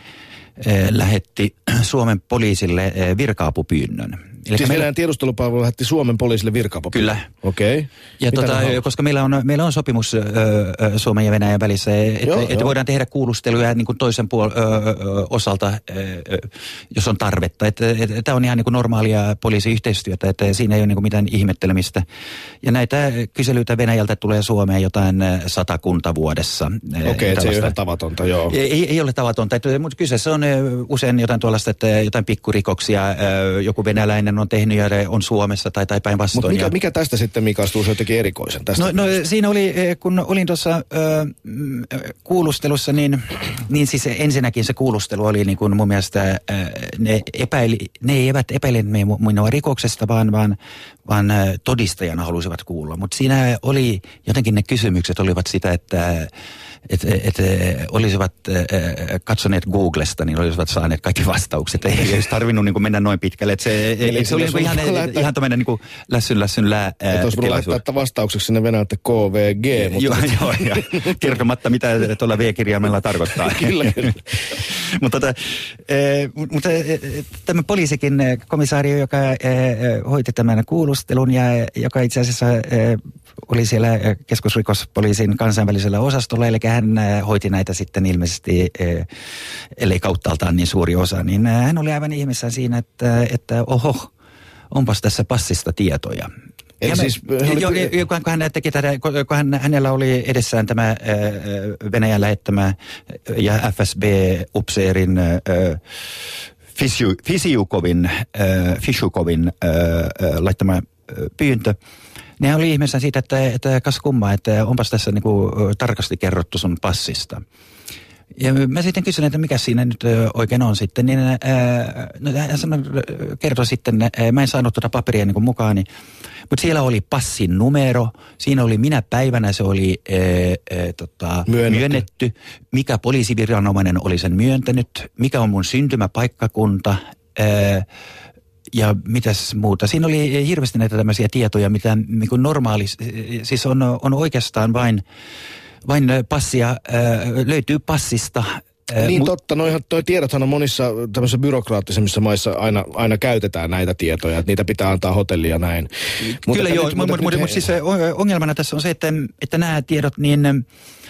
ää, lähetti Suomen poliisille ää, virka-apupyynnön.
Eli siis meidän tiedustelupalvelu lähetti Suomen poliisille virka-apupyynnön?
Kyllä.
Okei. Okay.
Ja tota, koska meillä on, meillä on sopimus ö, ö, Suomen ja Venäjän välissä, että et voidaan tehdä kuulusteluja niin kuin toisen puol, ö, ö, osalta, ö, jos on tarvetta. Että et, et, tämä on ihan niin kuin normaalia poliisiyhteistyötä, että siinä ei ole niin kuin mitään ihmettelemistä. Ja näitä kyselyitä Venäjältä tulee Suomeen jotain satakunta vuodessa.
Okei, okay, se ei ole ihan tavatonta, joo.
Ei, ei ole tavatonta, että, mutta kyseessä on usein jotain tuollaista, että jotain pikkurikoksia, joku venäläinen hän on tehnyt ja on Suomessa tai, tai päinvastoin.
Mutta mikä,
ja...
mikä tästä sitten Mika Sturse jotenkin erikoisen tästä?
No, no siinä oli, kun olin tuossa kuulustelussa, niin, niin siis ensinnäkin se kuulustelu oli niin kuin mun mielestä, ää, ne, epäili, ne eivät epäilleet minua rikoksesta, vaan, vaan, vaan todistajana halusivat kuulla. Mutta siinä oli, jotenkin ne kysymykset olivat sitä, että että et, olisivat katsoneet Googlesta, niin olisivat saaneet kaikki vastaukset. Ei olisi tarvinnut niin kuin mennä noin pitkälle. Että se Eli se oli niin ihan, laittaa, ihan tämmöinen niin lässyn lässyn lää tilaisuus.
Olisi voinut laittaa, että vastaukseksi sinne Venäjältä K V G. Mutta...
joo, joo, ja kertomatta mitä tuolla V-kirjaimella tarkoittaa.
Kyllä, kyllä.
mutta tota, mutta tämä poliisikin komisario, joka hoiti tämän kuulustelun ja joka itse asiassa oli siellä keskusrikospoliisin kansainvälisellä osastolla, eli hän hoiti näitä sitten ilmeisesti, ellei kauttaaltaan niin suuri osa, niin hän oli aivan ihmeessään siinä, että, että oho, onpas tässä passista tietoja.
Eli
ja
siis,
me, jo, jo, kun hän teki tätä, kun hän, hänellä oli edessään tämä Venäjän lähettämä ja F S B-upseerin Fisiukovin, Fisiukovin laittama pyyntö, ne oli ihmeessä siitä, että, että kas kummaa, että onpas tässä niin kuin tarkasti kerrottu sun passista. Ja mä sitten kysyin, että mikä siinä nyt oikein on sitten, niin ää, no, hän sanoi, kertoi sitten, ää, mä en saanut tuota paperia niin kuin mukaani, mutta siellä oli passin numero, siinä oli minä päivänä se oli ää, ää, tota, myönnetty. myönnetty, mikä poliisiviranomainen oli sen myöntänyt, mikä on mun syntymäpaikkakunta, ää, ja mitäs muuta. Siinä oli hirveästi näitä tämmöisiä tietoja, mitä niin kuin normaali, siis on, on oikeastaan vain, vain passia, äh, löytyy passista. Äh,
niin
mu-
totta, noihan toi tiedothan on monissa tämmöisissä byrokraattisemmissa maissa aina, aina käytetään näitä tietoja, että niitä pitää antaa hotellia ja näin.
Kyllä joo, mutta mut, mut, mut, siis ongelmana tässä on se, että, että nämä tiedot, niin äh,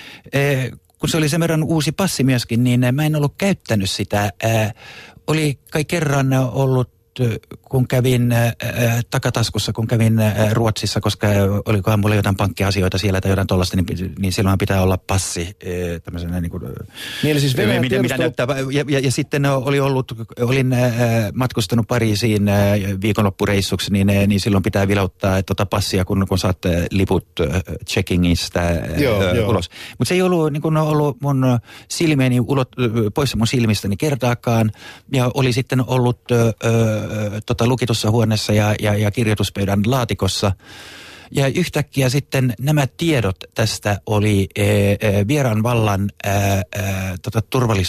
kun se oli sen verran uusi passi myöskin, niin mä en ollut käyttänyt sitä. Äh, oli kai kerran ollut, kun kävin äh, takataskussa, kun kävin äh, Ruotsissa, koska olikohan mulla jotain pankkiasioita siellä tai jotain tollaista, niin, niin silloin pitää olla passi äh, tämmöisenä niin kuin...
Niin eli siis Venäjän
mitä, mitä näyttää, ja, ja, ja sitten oli ollut, olin äh, matkustanut Pariisiin äh, viikonloppureissuksi, niin, äh, niin silloin pitää vilauttaa tuota passia, kun, kun saat äh, liput äh, checkingista äh,
joo,
äh,
joo.
ulos. Mutta se ei ollut, niin kuin, ollut mun silmieni ulot, poissa mun silmistäni kertaakaan, ja oli sitten ollut... Äh, Tota, lukitussa huoneessa ja, ja, ja kirjoituspöydän laatikossa. Ja yhtäkkiä sitten nämä tiedot tästä oli e, e, vieraan vallan e, e, tota,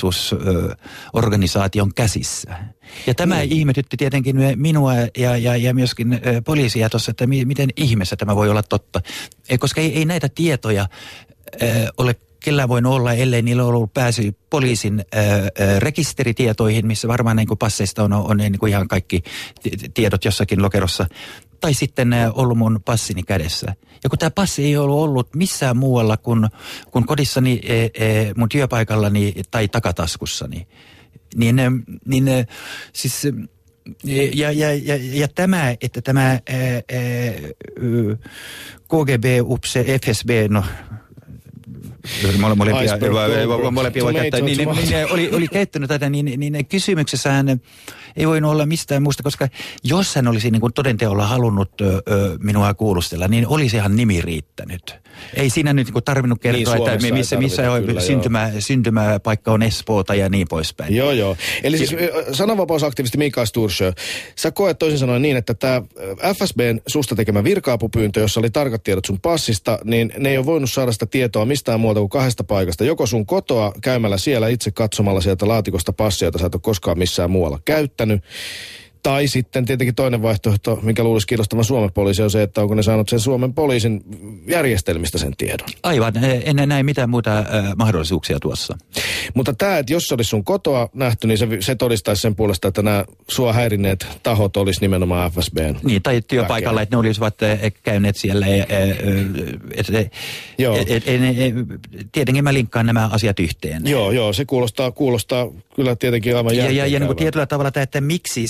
turvallisuusorganisaation käsissä. Ja tämä mm. ihmetytti tietenkin minua ja, ja, ja myöskin e, poliisia tuossa, että mi, miten ihmeessä tämä voi olla totta. E, koska ei, ei näitä tietoja e, ole kellään voinut olla, ellei niillä on ollut pääsy poliisin ää, ää, rekisteritietoihin, missä varmaan niin kuin passeista on, on niin kuin ihan kaikki t- tiedot jossakin lokerossa. Tai sitten ää, ollut mun passini kädessä. Ja kun tämä passi ei ollut ollut missään muualla kuin, kuin kodissani, ää, ää, mun työpaikallani tai takataskussani, niin, niin ää, siis... Ja, ja, ja, ja tämä, että tämä ää, ää, K G B, U P S, F S B, no... molempia, molempia voi käyttää, niin, niin, niin oli, oli käyttänyt tätä, niin, niin kysymyksessähän ei voinut olla mistään muusta, koska jos hän olisi niin kuin todenteolla halunnut ö, minua kuulustella, niin olisihan nimi riittänyt. Ei siinä nyt niin tarvinnut kertoa, niin, että missä, missä on kyllä, syntymä, syntymäpaikka on Espoota ja niin poispäin.
Joo, joo. Eli siis sananvapausaktivisti Mika Sturse, sä koet toisin sanoen niin, että tämä F S B:n susta tekemä virka-apupyyntö, jossa oli tarkat tiedot sun passista, niin ne ei ole voinut saada sitä tietoa mistään muuta kuin kahdesta paikasta. Joko sun kotoa käymällä siellä itse katsomalla sieltä laatikosta passia, jota sä et ole koskaan missään muualla käyttänyt. Tai sitten tietenkin toinen vaihtoehto, mikä luulisi kiinnostavan Suomen poliisi, on se, että onko ne saanut sen Suomen poliisin järjestelmistä sen tiedon.
Aivan, en näe mitään muita äh, mahdollisuuksia tuossa.
Mutta tämä, että jos se olisi sun kotoa nähty, niin se, se todistaisi sen puolesta, että nämä sua häirinneet tahot olisi nimenomaan F S B:n.
Niin, tai työpaikalla, että ne olisivat äh, käyneet siellä. Äh, et,
joo.
Et, et, et, et, tietenkin mä linkkaan nämä asiat yhteen.
Joo, joo, se kuulostaa, kuulostaa kyllä tietenkin aivan
järkevää. Ja, ja, ja niin kuin
tietyllä
tavalla, että miksi sitten niin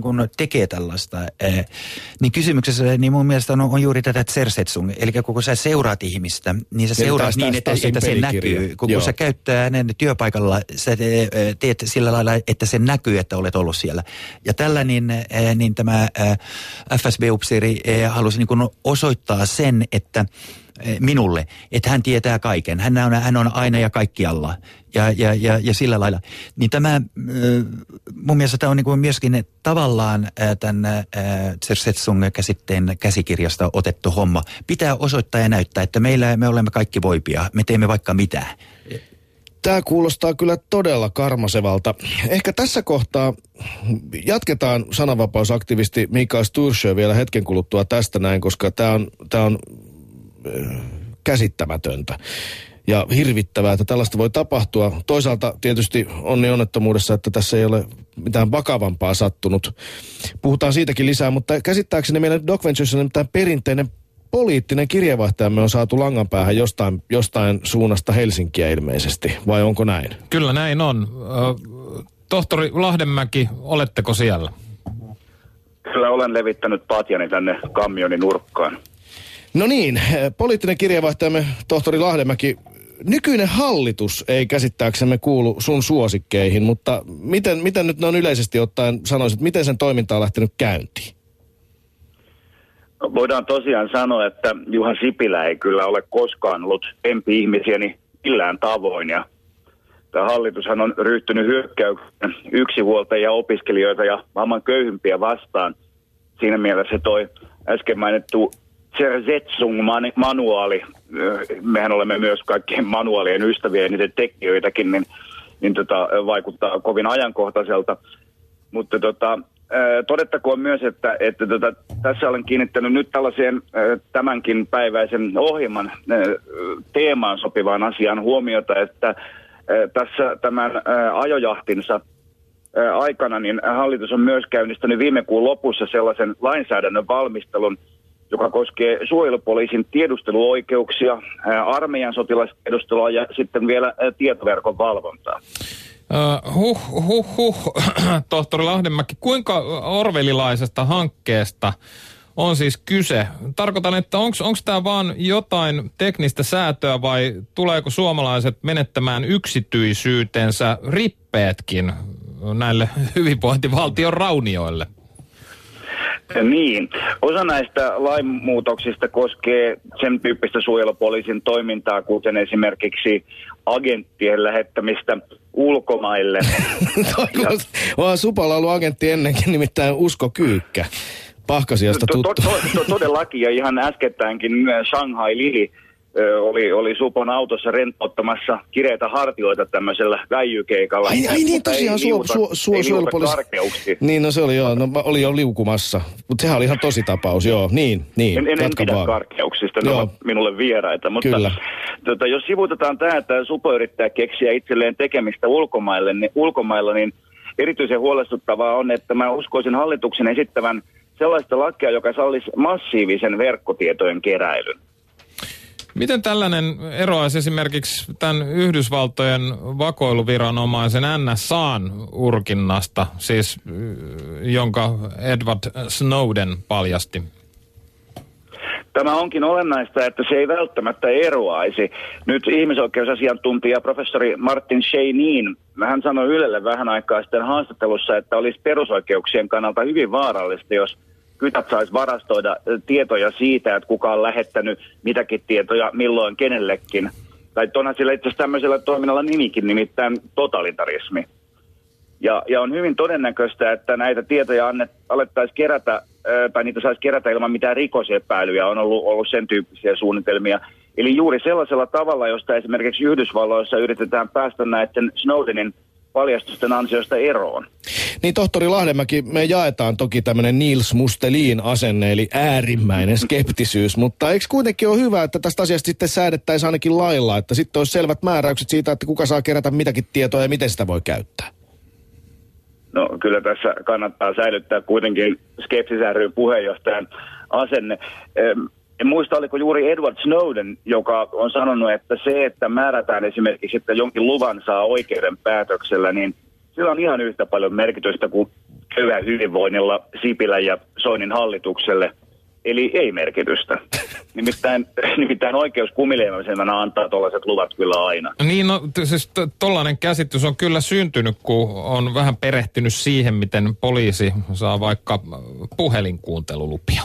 kuin tekee tällaista, ää, niin kysymyksessä niin mun mielestä on, on juuri tätä Zersetsung, eli kun sä seuraat ihmistä, niin sä seuraat niin, että, että se näkyy. Kun, kun sä käyttää hänen työpaikalla, sä teet sillä lailla, että se näkyy, että olet ollut siellä. Ja tällä niin, ää, niin tämä ää, F S B-upseeri halusi niin kuin osoittaa sen, että minulle, että hän tietää kaiken. Hän on, hän on aina ja kaikkialla ja, ja, ja, ja sillä lailla. Niin tämä, mun mielestä tämä on niin kuin myöskin tavallaan tämän Zersetsung-käsitteen käsikirjasta otettu homma. Pitää osoittaa ja näyttää, että meillä me olemme kaikki voipia. Me teemme vaikka mitä.
Tämä kuulostaa kyllä todella karmasevalta. Ehkä tässä kohtaa jatketaan sananvapausaktivisti Mikael Sturksjö vielä hetken kuluttua tästä näin, koska tämä on, tämä on käsittämätöntä ja hirvittävää, että tällaista voi tapahtua. Toisaalta tietysti onni onnettomuudessa, että tässä ei ole mitään vakavampaa sattunut. Puhutaan siitäkin lisää, mutta käsittääkseni meidän Doc Venturesissa nimittäin perinteinen poliittinen kirjeenvaihtajamme on saatu langan päähän jostain, jostain suunnasta Helsinkiä ilmeisesti, vai onko näin?
Kyllä näin on. Tohtori Lahdenmäki, oletteko siellä?
Kyllä olen levittänyt patjani tänne kammionin nurkkaan.
No niin, poliittinen kirjeenvaihtajamme tohtori Lahdenmäki, nykyinen hallitus ei käsittääksemme kuulu sun suosikkeihin, mutta miten, miten nyt noin yleisesti ottaen sanoisit, miten sen toiminta on lähtenyt käyntiin?
Voidaan tosiaan sanoa, että Juha Sipilä ei kyllä ole koskaan ollut empi-ihmisiäni millään tavoin. Ja tämä hallitushan on ryhtynyt hyökkäykseen yksinhuoltajia, opiskelijoita ja maailman köyhimpiä vastaan. Siinä mielessä toi äsken mainittu Zersetsung-manuaali, mehän olemme myös kaikkien manuaalien ystäviä ja niiden tekijöitäkin, niin, niin tota, vaikuttaa kovin ajankohtaiselta. Mutta tota, todettakoon myös, että, että tota, tässä olen kiinnittänyt nyt tällaiseen tämänkin päiväisen ohjelman teemaan sopivaan asiaan huomiota, että tässä tämän ajojahtinsa aikana niin hallitus on myös käynnistänyt viime kuun lopussa sellaisen lainsäädännön valmistelun, joka koskee suojelupoliisin tiedusteluoikeuksia, armeijan sotilastiedustelua ja sitten vielä tietoverkon valvontaa.
Uh, huh, huh, huh. Tohtori Lahdenmäki, kuinka orwellilaisesta hankkeesta on siis kyse? Tarkoitan, että onko tämä vaan jotain teknistä säätöä vai tuleeko suomalaiset menettämään yksityisyytensä rippeetkin näille hyvinvointivaltion raunioille?
Niin. Osa näistä lainmuutoksista koskee sen tyyppistä suojelupoliisin toimintaa, kuten esimerkiksi agenttien lähettämistä ulkomaille.
Vaan Supalla ollut agentti ennenkin, nimittäin Usko Kyykkä. Pahkasiasta tuttu.
To, to, to, todellakin, ja ihan äskettäänkin Shanghai Lili oli, oli Supon autossa rentouttamassa kireitä hartioita tämmöisellä väijykeikalla.
Ai, ai niin tosiaan su, su, su, suojelupoliisi. Niin no se oli joo, no, oli jo liukumassa. Mutta sehän oli ihan tosi tapaus, joo, niin, niin.
En, en, en pidä karkeuksista, ne ovat minulle vieraita. Mutta Kyllä. Tota, jos sivutetaan tämä, että Supo yrittää keksiä itselleen tekemistä ulkomaille, niin, ulkomailla, niin erityisen huolestuttavaa on, että mä uskoisin hallituksen esittävän sellaista lakia, joka sallisi massiivisen verkkotietojen keräilyn.
Miten tällainen eroaisi esimerkiksi tämän Yhdysvaltojen vakoiluviranomaisen N S A:n urkinnasta, siis jonka Edward Snowden paljasti?
Tämä onkin olennaista, että se ei välttämättä eroaisi. Nyt ihmisoikeusasiantuntija professori Martin Scheinin, hän sanoi Ylelle vähän aikaa sitten haastattelussa, että olisi perusoikeuksien kannalta hyvin vaarallista, jos kytät saisi varastoida tietoja siitä, että kuka on lähettänyt mitäkin tietoja milloin kenellekin. Tai onhan sillä itse asiassa tämmöisellä toiminnalla nimikin, nimittäin totalitarismi. Ja, ja on hyvin todennäköistä, että näitä tietoja annet, alettaisiin kerätä, tai niitä saisi kerätä ilman mitään rikosepäilyjä. On ollut, ollut sen tyyppisiä suunnitelmia. Eli juuri sellaisella tavalla, josta esimerkiksi Yhdysvalloissa yritetään päästä näiden Snowdenin paljastusten ansiosta eroon.
Niin tohtori Lahdenmäki, me jaetaan toki tämmöinen Niels Mustelin asenne, eli äärimmäinen skeptisyys, mutta eikö kuitenkin ole hyvä, että tästä asiasta sitten säädettäisiin ainakin lailla, että sitten olisi selvät määräykset siitä, että kuka saa kerätä mitäkin tietoa ja miten sitä voi käyttää?
No kyllä tässä kannattaa säilyttää kuitenkin Skepsis ry:n puheenjohtajan asenne. En muista, oliko juuri Edward Snowden, joka on sanonut, että se, että määrätään esimerkiksi, että jonkin luvan saa oikeuden päätöksellä, niin sillä on ihan yhtä paljon merkitystä kuin hyvinvoinnilla Sipilän ja Soinin hallitukselle. Eli ei merkitystä. Nimittäin, nimittäin oikeus kumileimäisenä antaa tuollaiset luvat kyllä aina.
Niin, no siis tollainen käsitys on kyllä syntynyt, kun on vähän perehtynyt siihen, miten poliisi saa vaikka puhelinkuuntelulupia.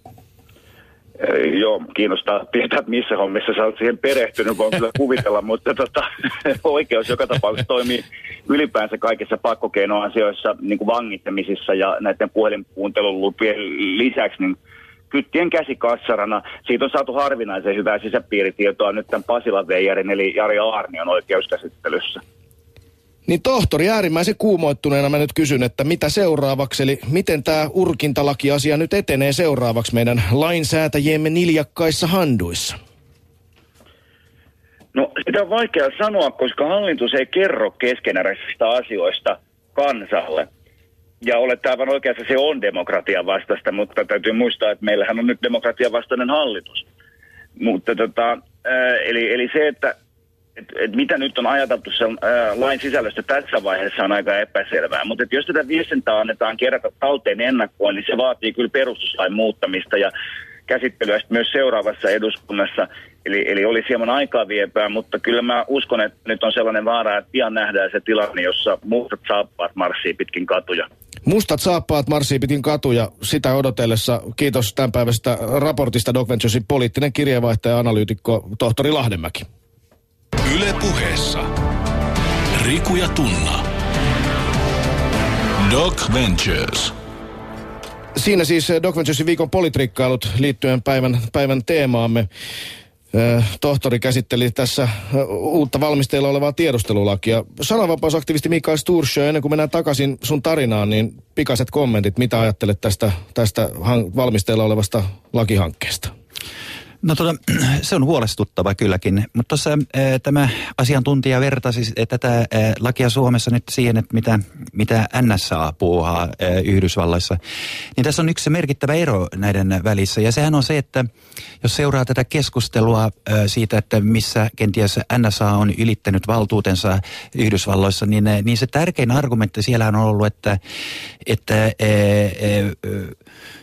Joo, kiinnostaa tietää, missä hommissa sä oot siihen perehtynyt, voin kyllä kuvitella, mutta tota, oikeus joka tapauksessa toimii ylipäänsä kaikissa pakkokeinoasioissa, niin kuin vangittamisissa ja näiden puhelinkuuntelulupien lisäksi, niin kyttien käsikassarana. Siitä on saatu harvinaisen hyvää sisäpiiritietoa nyt tämän Pasilan veijarin eli Jari Aarnion oikeuskäsittelyssä.
Niin tohtori, äärimmäisen kuumoittuneena mä nyt kysyn, että mitä seuraavaksi, eli miten tämä urkintalakiasia nyt etenee seuraavaksi meidän lainsäätäjiemme niljakkaissa handuissa?
No sitä on vaikea sanoa, koska hallitus ei kerro keskeneräisistä asioista kansalle. Ja olette aivan oikeassa, se on demokratian vastaista, mutta täytyy muistaa, että meillähän on nyt demokratian vastainen hallitus. Mutta tota, ää, eli, eli se, että et, et mitä nyt on ajateltu sen ää, lain sisällöstä tässä vaiheessa on aika epäselvää. Mutta jos tätä viestintää annetaan kerätä talteen ennakkoon, niin se vaatii kyllä perustuslain muuttamista ja käsittelyä myös seuraavassa eduskunnassa. Eli, eli olisi hieman aikaa viepää, mutta kyllä mä uskon, että nyt on sellainen vaara, että pian nähdään se tilanne, jossa mustat saappaat marssii pitkin katuja.
Mustat saappaat marssii pitkin katuja, sitä odotellessa. Kiitos tämänpäiväisestä raportista Doc Venturesin poliittinen kirjeenvaihtaja ja analyytikko tohtori Lahdenmäki.
Yle Puheessa Riku ja Tunna. Doc Ventures.
Siinä siis Doc Venturesin viikon politrikkailut liittyen päivän, päivän teemaamme. Tohtori käsitteli tässä uutta valmisteilla olevaa tiedustelulakia. Sananvapausaktivisti Mikael Storsjö, ennen kuin mennään takaisin sun tarinaan, niin pikaiset kommentit. Mitä ajattelet tästä, tästä valmisteilla olevasta lakihankkeesta?
No tota, se on huolestuttava kylläkin, mutta tuossa tämä asiantuntija vertasi tätä ää, lakia Suomessa nyt siihen, että mitä, mitä N S A puuhaa ää, Yhdysvalloissa. Niin tässä on yksi merkittävä ero näiden välissä ja sehän on se, että jos seuraa tätä keskustelua ää, siitä, että missä kenties N S A on ylittänyt valtuutensa Yhdysvalloissa, niin, niin se tärkein argumentti siellä on ollut, että, että ää, ää,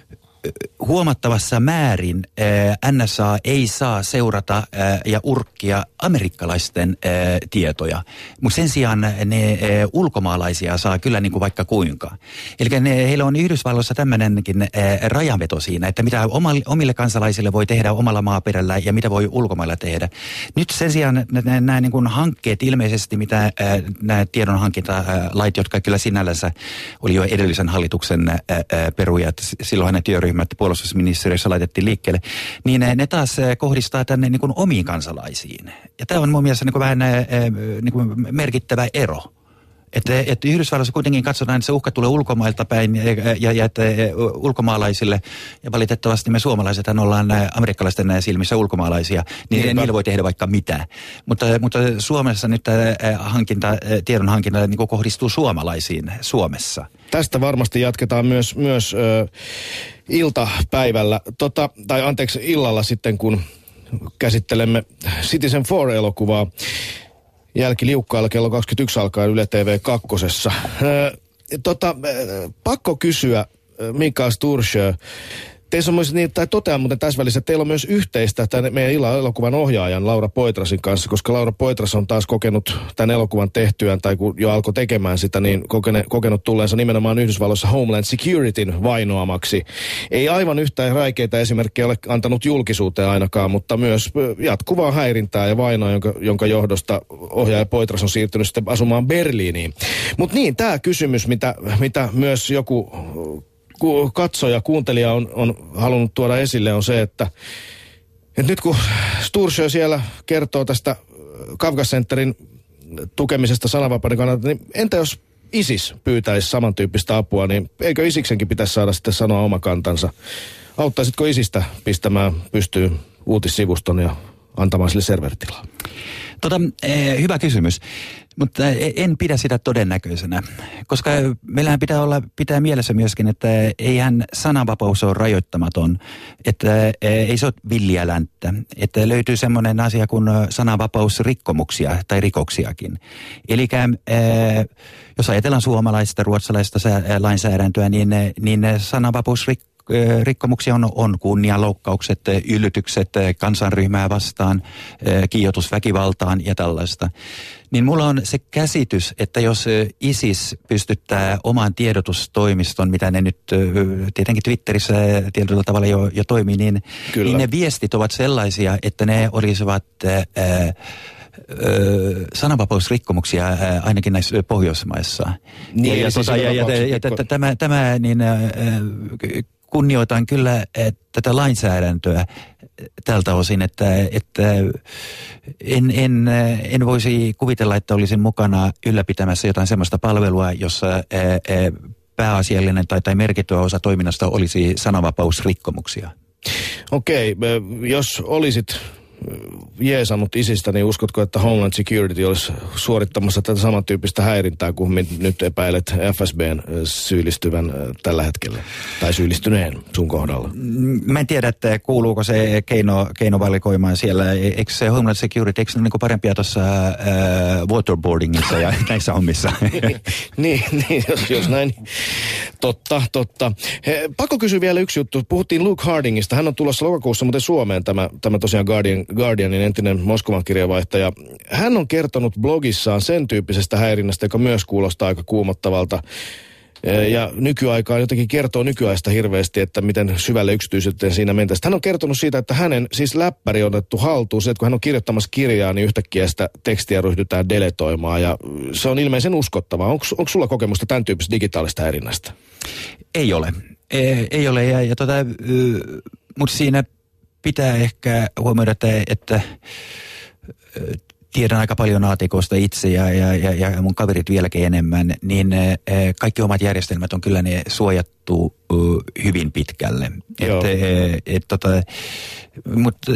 huomattavassa määrin ää, N S A ei saa seurata ää, ja urkkia amerikkalaisten ää, tietoja, mutta sen sijaan ne ää, ulkomaalaisia saa kyllä niin kuin vaikka kuinka. Eli ne, heillä on Yhdysvalloissa tämmöinenkin ää, rajanveto siinä, että mitä omille, omille kansalaisille voi tehdä omalla maaperällä ja mitä voi ulkomailla tehdä. Nyt sen sijaan nämä niin kuin hankkeet ilmeisesti, mitä ää, nämä tiedonhankintalait, jotka kyllä sinällänsä oli jo edellisen hallituksen ää, ää, peruja, että silloin ne työryhmät puolustusministeriössä laitettiin liikkeelle, niin ne taas kohdistaa tänne niin kuin omiin kansalaisiin. Ja tämä on mun mielestä niin kuin vähän niin kuin merkittävä ero. Että, että Yhdysvalloissa kuitenkin katsotaan, että se uhka tulee ulkomailta päin ja, ja, ja että ulkomaalaisille, ja valitettavasti me suomalaiset ollaan amerikkalaisten silmissä ulkomaalaisia, niin Niinpä. Niillä voi tehdä vaikka mitä. Mutta, mutta Suomessa nyt hankinta, tiedon hankinta niin kohdistuu suomalaisiin Suomessa.
Tästä varmasti jatketaan myös, myös ö, iltapäivällä, tota, tai anteeksi illalla sitten, kun käsittelemme Citizen Four-elokuvaa. Jälkiliukkailla kello kaksikymmentäyksi alkaa Yle T V kakkosessa. Öö, tota, pakko kysyä, Mikael Storsjö, teissä on myös niin, tai totean muuten tässä välissä, että teillä on myös yhteistä tämän meidän illan elokuvan ohjaajan Laura Poitrasin kanssa, koska Laura Poitras on taas kokenut tämän elokuvan tehtyään, tai kun jo alkoi tekemään sitä, niin kokene, kokenut tulleensa nimenomaan Yhdysvalloissa Homeland Securityn vainoamaksi. Ei aivan yhtä räikeitä esimerkkejä ole antanut julkisuuteen ainakaan, mutta myös jatkuvaa häirintää ja vainoa, jonka, jonka johdosta ohjaaja Poitras on siirtynyt sitten asumaan Berliiniin. Mutta niin, tämä kysymys, mitä, mitä myös joku katsoja, kuuntelija on, on halunnut tuoda esille, on se, että, että nyt kun Storsjö siellä kertoo tästä Kafka Centerin tukemisesta sananvapauden kannalta, niin entä jos ISIS pyytäisi samantyyppistä apua, niin eikö ISIKsenkin pitäisi saada sitten sanoa oma kantansa? Auttaisitko ISIStä pistämään pystyyn uutissivuston ja antamaan sille serveritilaa?
Tota, eh, hyvä kysymys, mutta en pidä sitä todennäköisenä, koska meillähän pitää olla, pitää mielessä myöskin, että eihän sananvapaus ole rajoittamaton, että ei se ole villiä länttä, että löytyy semmoinen asia kuin sananvapausrikkomuksia tai rikoksiakin. Eli eh, jos ajatellaan suomalaista, ruotsalaista lainsäädäntöä, niin, niin sananvapausrikkomuksia rikkomuksia on, on kunnianloukkaukset, yllytykset kansanryhmää vastaan, kiihotus väkivaltaan ja tällaista. Niin mulla on se käsitys, että jos ISIS pystyttää oman tiedotustoimiston, mitä ne nyt tietenkin Twitterissä tietyllä tavalla jo, jo toimii, niin, niin ne viestit ovat sellaisia, että ne olisivat ää, Öö, sananvapausrikkomuksia ää, ainakin näissä Pohjoismaissa. Niin, ja, ja, siis ja, ja, ja, ja t- tämä, tämä niin, ää, kunnioitan kyllä ää, tätä lainsäädäntöä tältä osin, että, että en, en, en voisi kuvitella, että olisin mukana ylläpitämässä jotain sellaista palvelua, jossa ää, ää, pääasiallinen tai, tai merkittävä osa toiminnasta olisi sananvapausrikkomuksia. Okei,
jos olisit jeesannut ISISistä, niin uskotko, että Homeland Security olisi suorittamassa tätä samantyyppistä häirintää kuin nyt epäilet F S B:n syyllistyvän tällä hetkellä? Tai syyllistyneen sun kohdalla?
Mä en tiedä, että kuuluuko se keino, keinovalikoimaan siellä. Eikö se Homeland Security, eikö se niin kuin parempia tuossa äh, waterboardingissa ja näissä hommissa?
niin, niin jos, jos näin. Totta, totta. He, pakko kysyä vielä yksi juttu. Puhuttiin Luke Hardingista. Hän on tulossa lokakuussa muuten Suomeen, tämä, tämä tosiaan Guardian Guardianin entinen Moskovan kirjeenvaihtaja. Hän on kertonut blogissaan sen tyyppisestä häirinnästä, joka myös kuulostaa aika kuumottavalta. Ja nykyaikaan jotenkin kertoo nykyaista hirveästi, että miten syvälle yksityisyyteen siinä mentäisiin. Hän on kertonut siitä, että hänen siis läppäri on otettu haltuun. Se, että kun hän on kirjoittamassa kirjaa, niin yhtäkkiä sitä tekstiä ryhdytään deletoimaan. Ja se on ilmeisen uskottavaa. Onko, onko sulla kokemusta tämän tyyppisestä digitaalista häirinnästä?
Ei ole. Ei, ei ole. Ja, ja tota, mutta siinä pitää ehkä huomioida, että, että tiedän aika paljon aatikosta itse ja, ja, ja, ja mun kaverit vieläkin enemmän, niin kaikki omat järjestelmät on kyllä ne suojattu hyvin pitkälle. Et, et, tota, mutta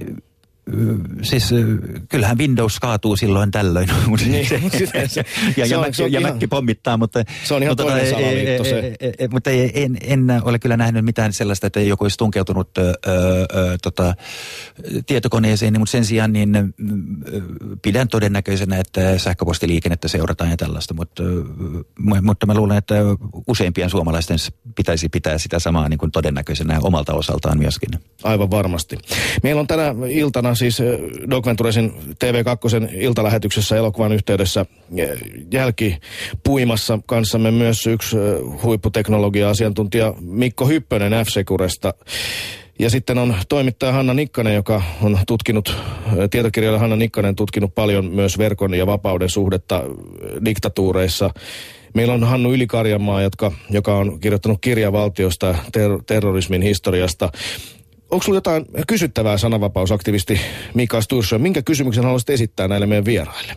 siis kyllähän Windows kaatuu silloin tällöin. Niin, se, se, ja ja, Mac, ja Mac pommittaa, mutta,
se on ihan mutta, toinen salaliitto se.
E, e, mutta en, en ole kyllä nähnyt mitään sellaista, että joku olisi tunkeutunut ö, ö, tota, tietokoneeseen, mutta sen sijaan niin ö, pidän todennäköisenä, että sähköpostiliikennettä seurataan ja tällaista, mutta, mutta mä luulen, että useimpien suomalaisten pitäisi pitää sitä samaa niin kuin todennäköisenä omalta osaltaan myöskin.
Aivan varmasti. Meillä on tänä iltana siis Doc Venturesin T V kaksi iltalähetyksessä elokuvan yhteydessä jälkipuimassa kanssamme myös yksi huipputeknologia-asiantuntija Mikko Hyppönen F-Securesta. Ja sitten on toimittaja Hanna Nikkanen, joka on tutkinut, tietokirjailija Hanna Nikkanen tutkinut paljon myös verkon ja vapauden suhdetta diktatuureissa. Meillä on Hannu Ylikarjanmaa, jotka, joka on kirjoittanut kirjan valtiosta ja ter- terrorismin historiasta. Onko sinulla jotain kysyttävää sananvapausaktivisti Mikael Sturssö? Minkä kysymyksen haluaisit esittää näille meidän vieraille?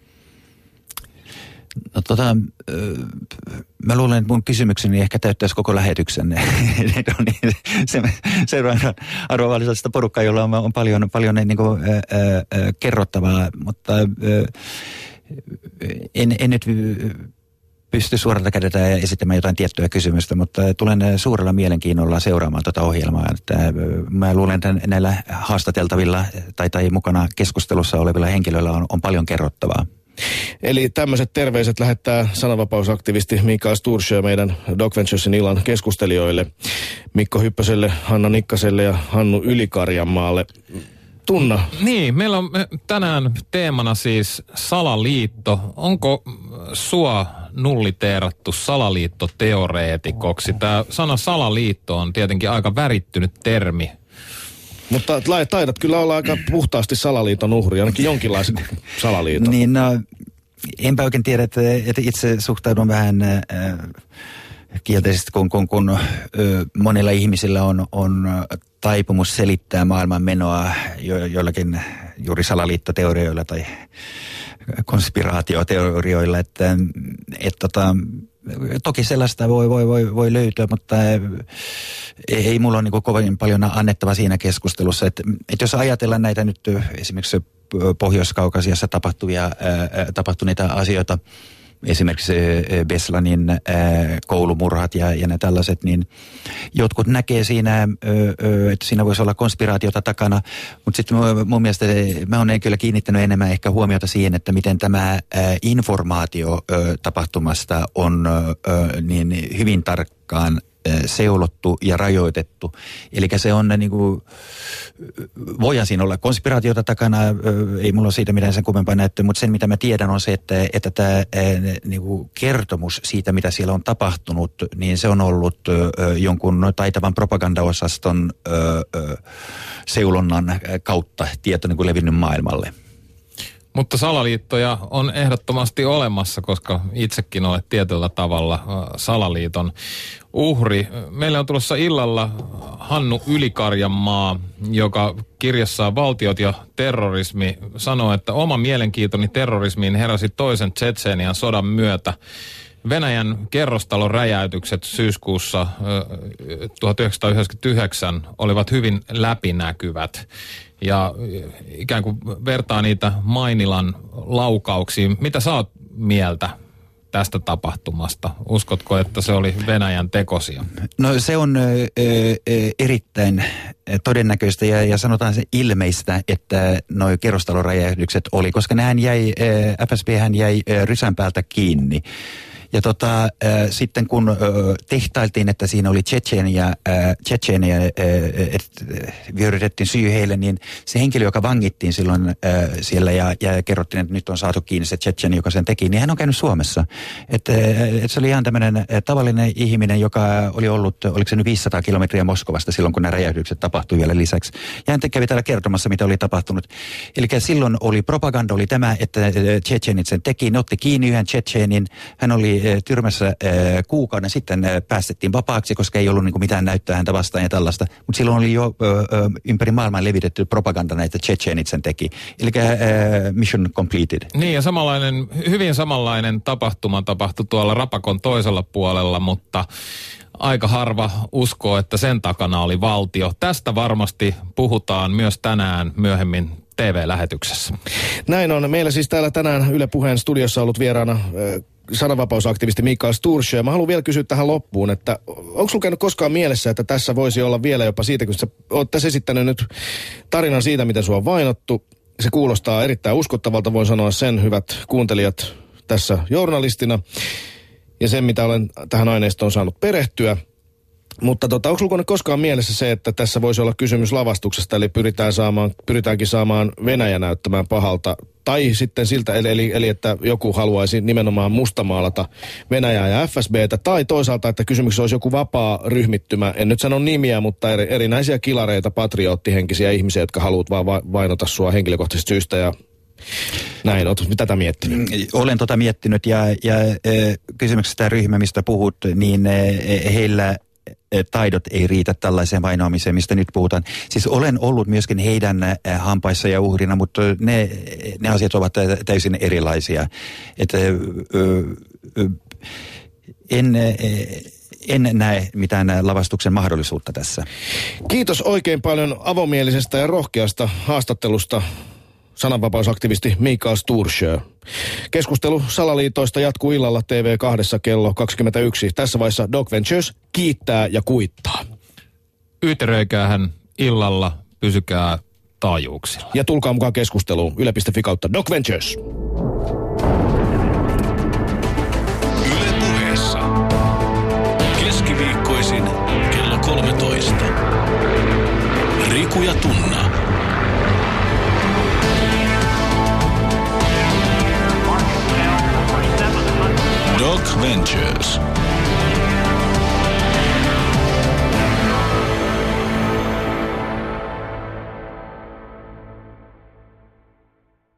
No tota, mä luulen, että mun kysymykseni ehkä täyttäisi koko lähetyksen. se, seuraan arvovallisesta porukkaa, jolla on, on paljon, paljon niin kuin, ää, ää, kerrottavaa, mutta ää, en, en nyt pysty suoralta kädeltä esittämään jotain tiettyä kysymystä, mutta tulen suurella mielenkiinnolla seuraamaan tuota ohjelmaa. Että mä luulen, että näillä haastateltavilla tai, tai mukana keskustelussa olevilla henkilöillä on, on paljon kerrottavaa.
Eli tämmöiset terveiset lähettää sananvapausaktivisti Mikael Sturssö meidän Doc Venturesin illan keskustelijoille, Mikko Hyppöselle, Hanna Nikkaselle ja Hannu Ylikarjanmaalle. Tunna.
Niin, meillä on tänään teemana siis salaliitto. Onko sua nulliteerattu salaliittoteoreetikoksi? Tämä sana salaliitto on tietenkin aika värittynyt termi.
Mutta taidat kyllä olla aika puhtaasti salaliiton uhri, ainakin jonkinlaisen salaliiton.
Niin, no, enpä oikein tiedä, että, että itse suhtaudun vähän äh, kielteisesti, kun, kun, kun äh, monilla ihmisillä on, on taipumus selittää maailman menoa jo, joillakin juuri salaliittoteorioilla tai konspiraatioteorioilla, että et, tota, toki sellaista voi, voi, voi, voi löytyä, mutta ei mulla ole niin kovin paljon annettava siinä keskustelussa. Että, että jos ajatellaan näitä nyt esimerkiksi Pohjois-Kaukasiassa tapahtuvia, ää, tapahtuneita asioita, esimerkiksi Beslanin ää, koulumurhat ja, ja ne tällaiset, niin jotkut näkee siinä, ää, että siinä voisi olla konspiraatiota takana, mutta sitten mun mielestä mä olen kyllä kiinnittänyt enemmän ehkä huomiota siihen, että miten tämä ää, informaatio ää, tapahtumasta on ää, niin hyvin tarkkaan seulottu ja rajoitettu. Eli se on niin kuin, voidaan siinä olla konspiraatiota takana, ei mulla ole siitä mitään sen kummempaa näyttöä, mutta sen mitä mä tiedän on se, että, että tämä niin kuin kertomus siitä, mitä siellä on tapahtunut, niin se on ollut jonkun taitavan propagandaosaston seulonnan kautta tieto niin kuin levinnyt maailmalle.
Mutta salaliittoja on ehdottomasti olemassa, koska itsekin olet tietyllä tavalla salaliiton uhri. Meille on tulossa illalla Hannu Ylikarjanmaa, joka kirjassaan Valtiot ja terrorismi sanoo, että oma mielenkiintoni terrorismiin heräsi toisen Tšetšenian sodan myötä. Venäjän kerrostalon räjäytykset syyskuussa tuhatyhdeksänsataayhdeksänkymmentäyhdeksän olivat hyvin läpinäkyvät. Ja ikään kuin vertaa niitä Mainilan laukauksiin. Mitä sä oot mieltä tästä tapahtumasta? Uskotko, että se oli Venäjän tekosia?
No se on ö, ö, erittäin todennäköistä ja, ja sanotaan se ilmeistä, että nuo kerrostaloräjähdykset oli, koska nehän jäi, F S B hän jäi rysän päältä kiinni. Ja tota, äh, sitten kun äh, tehtailtiin, että siinä oli Tšetšenia, äh, Tšetšenia, äh, että vyörytettiin syy heille, niin se henkilö, joka vangittiin silloin äh, siellä ja, ja kerrottiin, että nyt on saatu kiinni se Tšetšeni, joka sen teki, niin hän on käynyt Suomessa. Että et se oli ihan tämmöinen tavallinen ihminen, joka oli ollut, oliko se nyt viisisataa kilometriä Moskovasta silloin, kun nämä räjähdykset tapahtui vielä lisäksi. Ja hän kävi täällä kertomassa, mitä oli tapahtunut. Eli silloin oli propaganda, oli tämä, että Tšetšenit sen teki, ne otti kiinni yhden Tšetšenin, hän oli tyrmässä kuukauden, sitten päästettiin vapaaksi, koska ei ollut niin kuin mitään näyttöä häntä vastaan ja tällaista. Mutta silloin oli jo ö, ö, ympäri maailmaa levitetty propaganda näitä Tšetšenit sen teki. Eli mission completed.
Niin ja samanlainen, hyvin samanlainen tapahtuma tapahtui tuolla Rapakon toisella puolella, mutta aika harva uskoo, että sen takana oli valtio. Tästä varmasti puhutaan myös tänään myöhemmin T V-lähetyksessä.
Näin on. Meillä siis täällä tänään Yle Puheen studiossa ollut vieraana äh, sananvapausaktivisti Mikael Sturkö. Mä haluan vielä kysyä tähän loppuun, että onko sulla käynyt koskaan mielessä, että tässä voisi olla vielä jopa siitä, kun sä oot tässä esittänyt nyt tarinan siitä, miten sua on vainottu. Se kuulostaa erittäin uskottavalta, voin sanoa sen, hyvät kuuntelijat, tässä journalistina. Ja sen, mitä olen tähän aineistoon saanut perehtyä. Mutta tota, onko sulla koskaan mielessä se, että tässä voisi olla kysymys lavastuksesta, eli pyritään saamaan, pyritäänkin saamaan Venäjä näyttämään pahalta, tai sitten siltä, eli, eli, eli että joku haluaisi nimenomaan mustamaalata Venäjää ja F S B:tä, tai toisaalta, että kysymyksessä olisi joku vapaa ryhmittymä, en nyt sano nimiä, mutta eri, erinäisiä kilareita, patrioottihenkisiä ihmisiä, jotka haluat vaan va- vainota sua henkilökohtaisesta syystä, ja näin, oletko tätä miettinyt?
Olen tota miettinyt, ja, ja e, kysymyksessä tämä ryhmä, mistä puhut, niin e, heillä taidot ei riitä tällaiseen vainoamiseen, mistä nyt puhutaan. Siis olen ollut myöskin heidän hampaissa ja uhrina, mutta ne, ne asiat ovat täysin erilaisia. Että, ö, ö, en, en näe mitään lavastuksen mahdollisuutta tässä.
Kiitos oikein paljon avomielisestä ja rohkeasta haastattelusta, sananvapausaktivisti Mikael Sturkö. Keskustelu salaliitoista jatkuu illalla T V kaksi kello kaksikymmentäyksi. Tässä vaiheessa Doc Ventures kiittää ja kuittaa.
Yteröikäähän illalla, pysykää taajuuksilla.
Ja tulkaa mukaan keskusteluun yle piste fi kautta Doc Ventures.
Yle Puheessa. Keskiviikkoisin kello kolmetoista. Riku ja Tunna. Doc Ventures.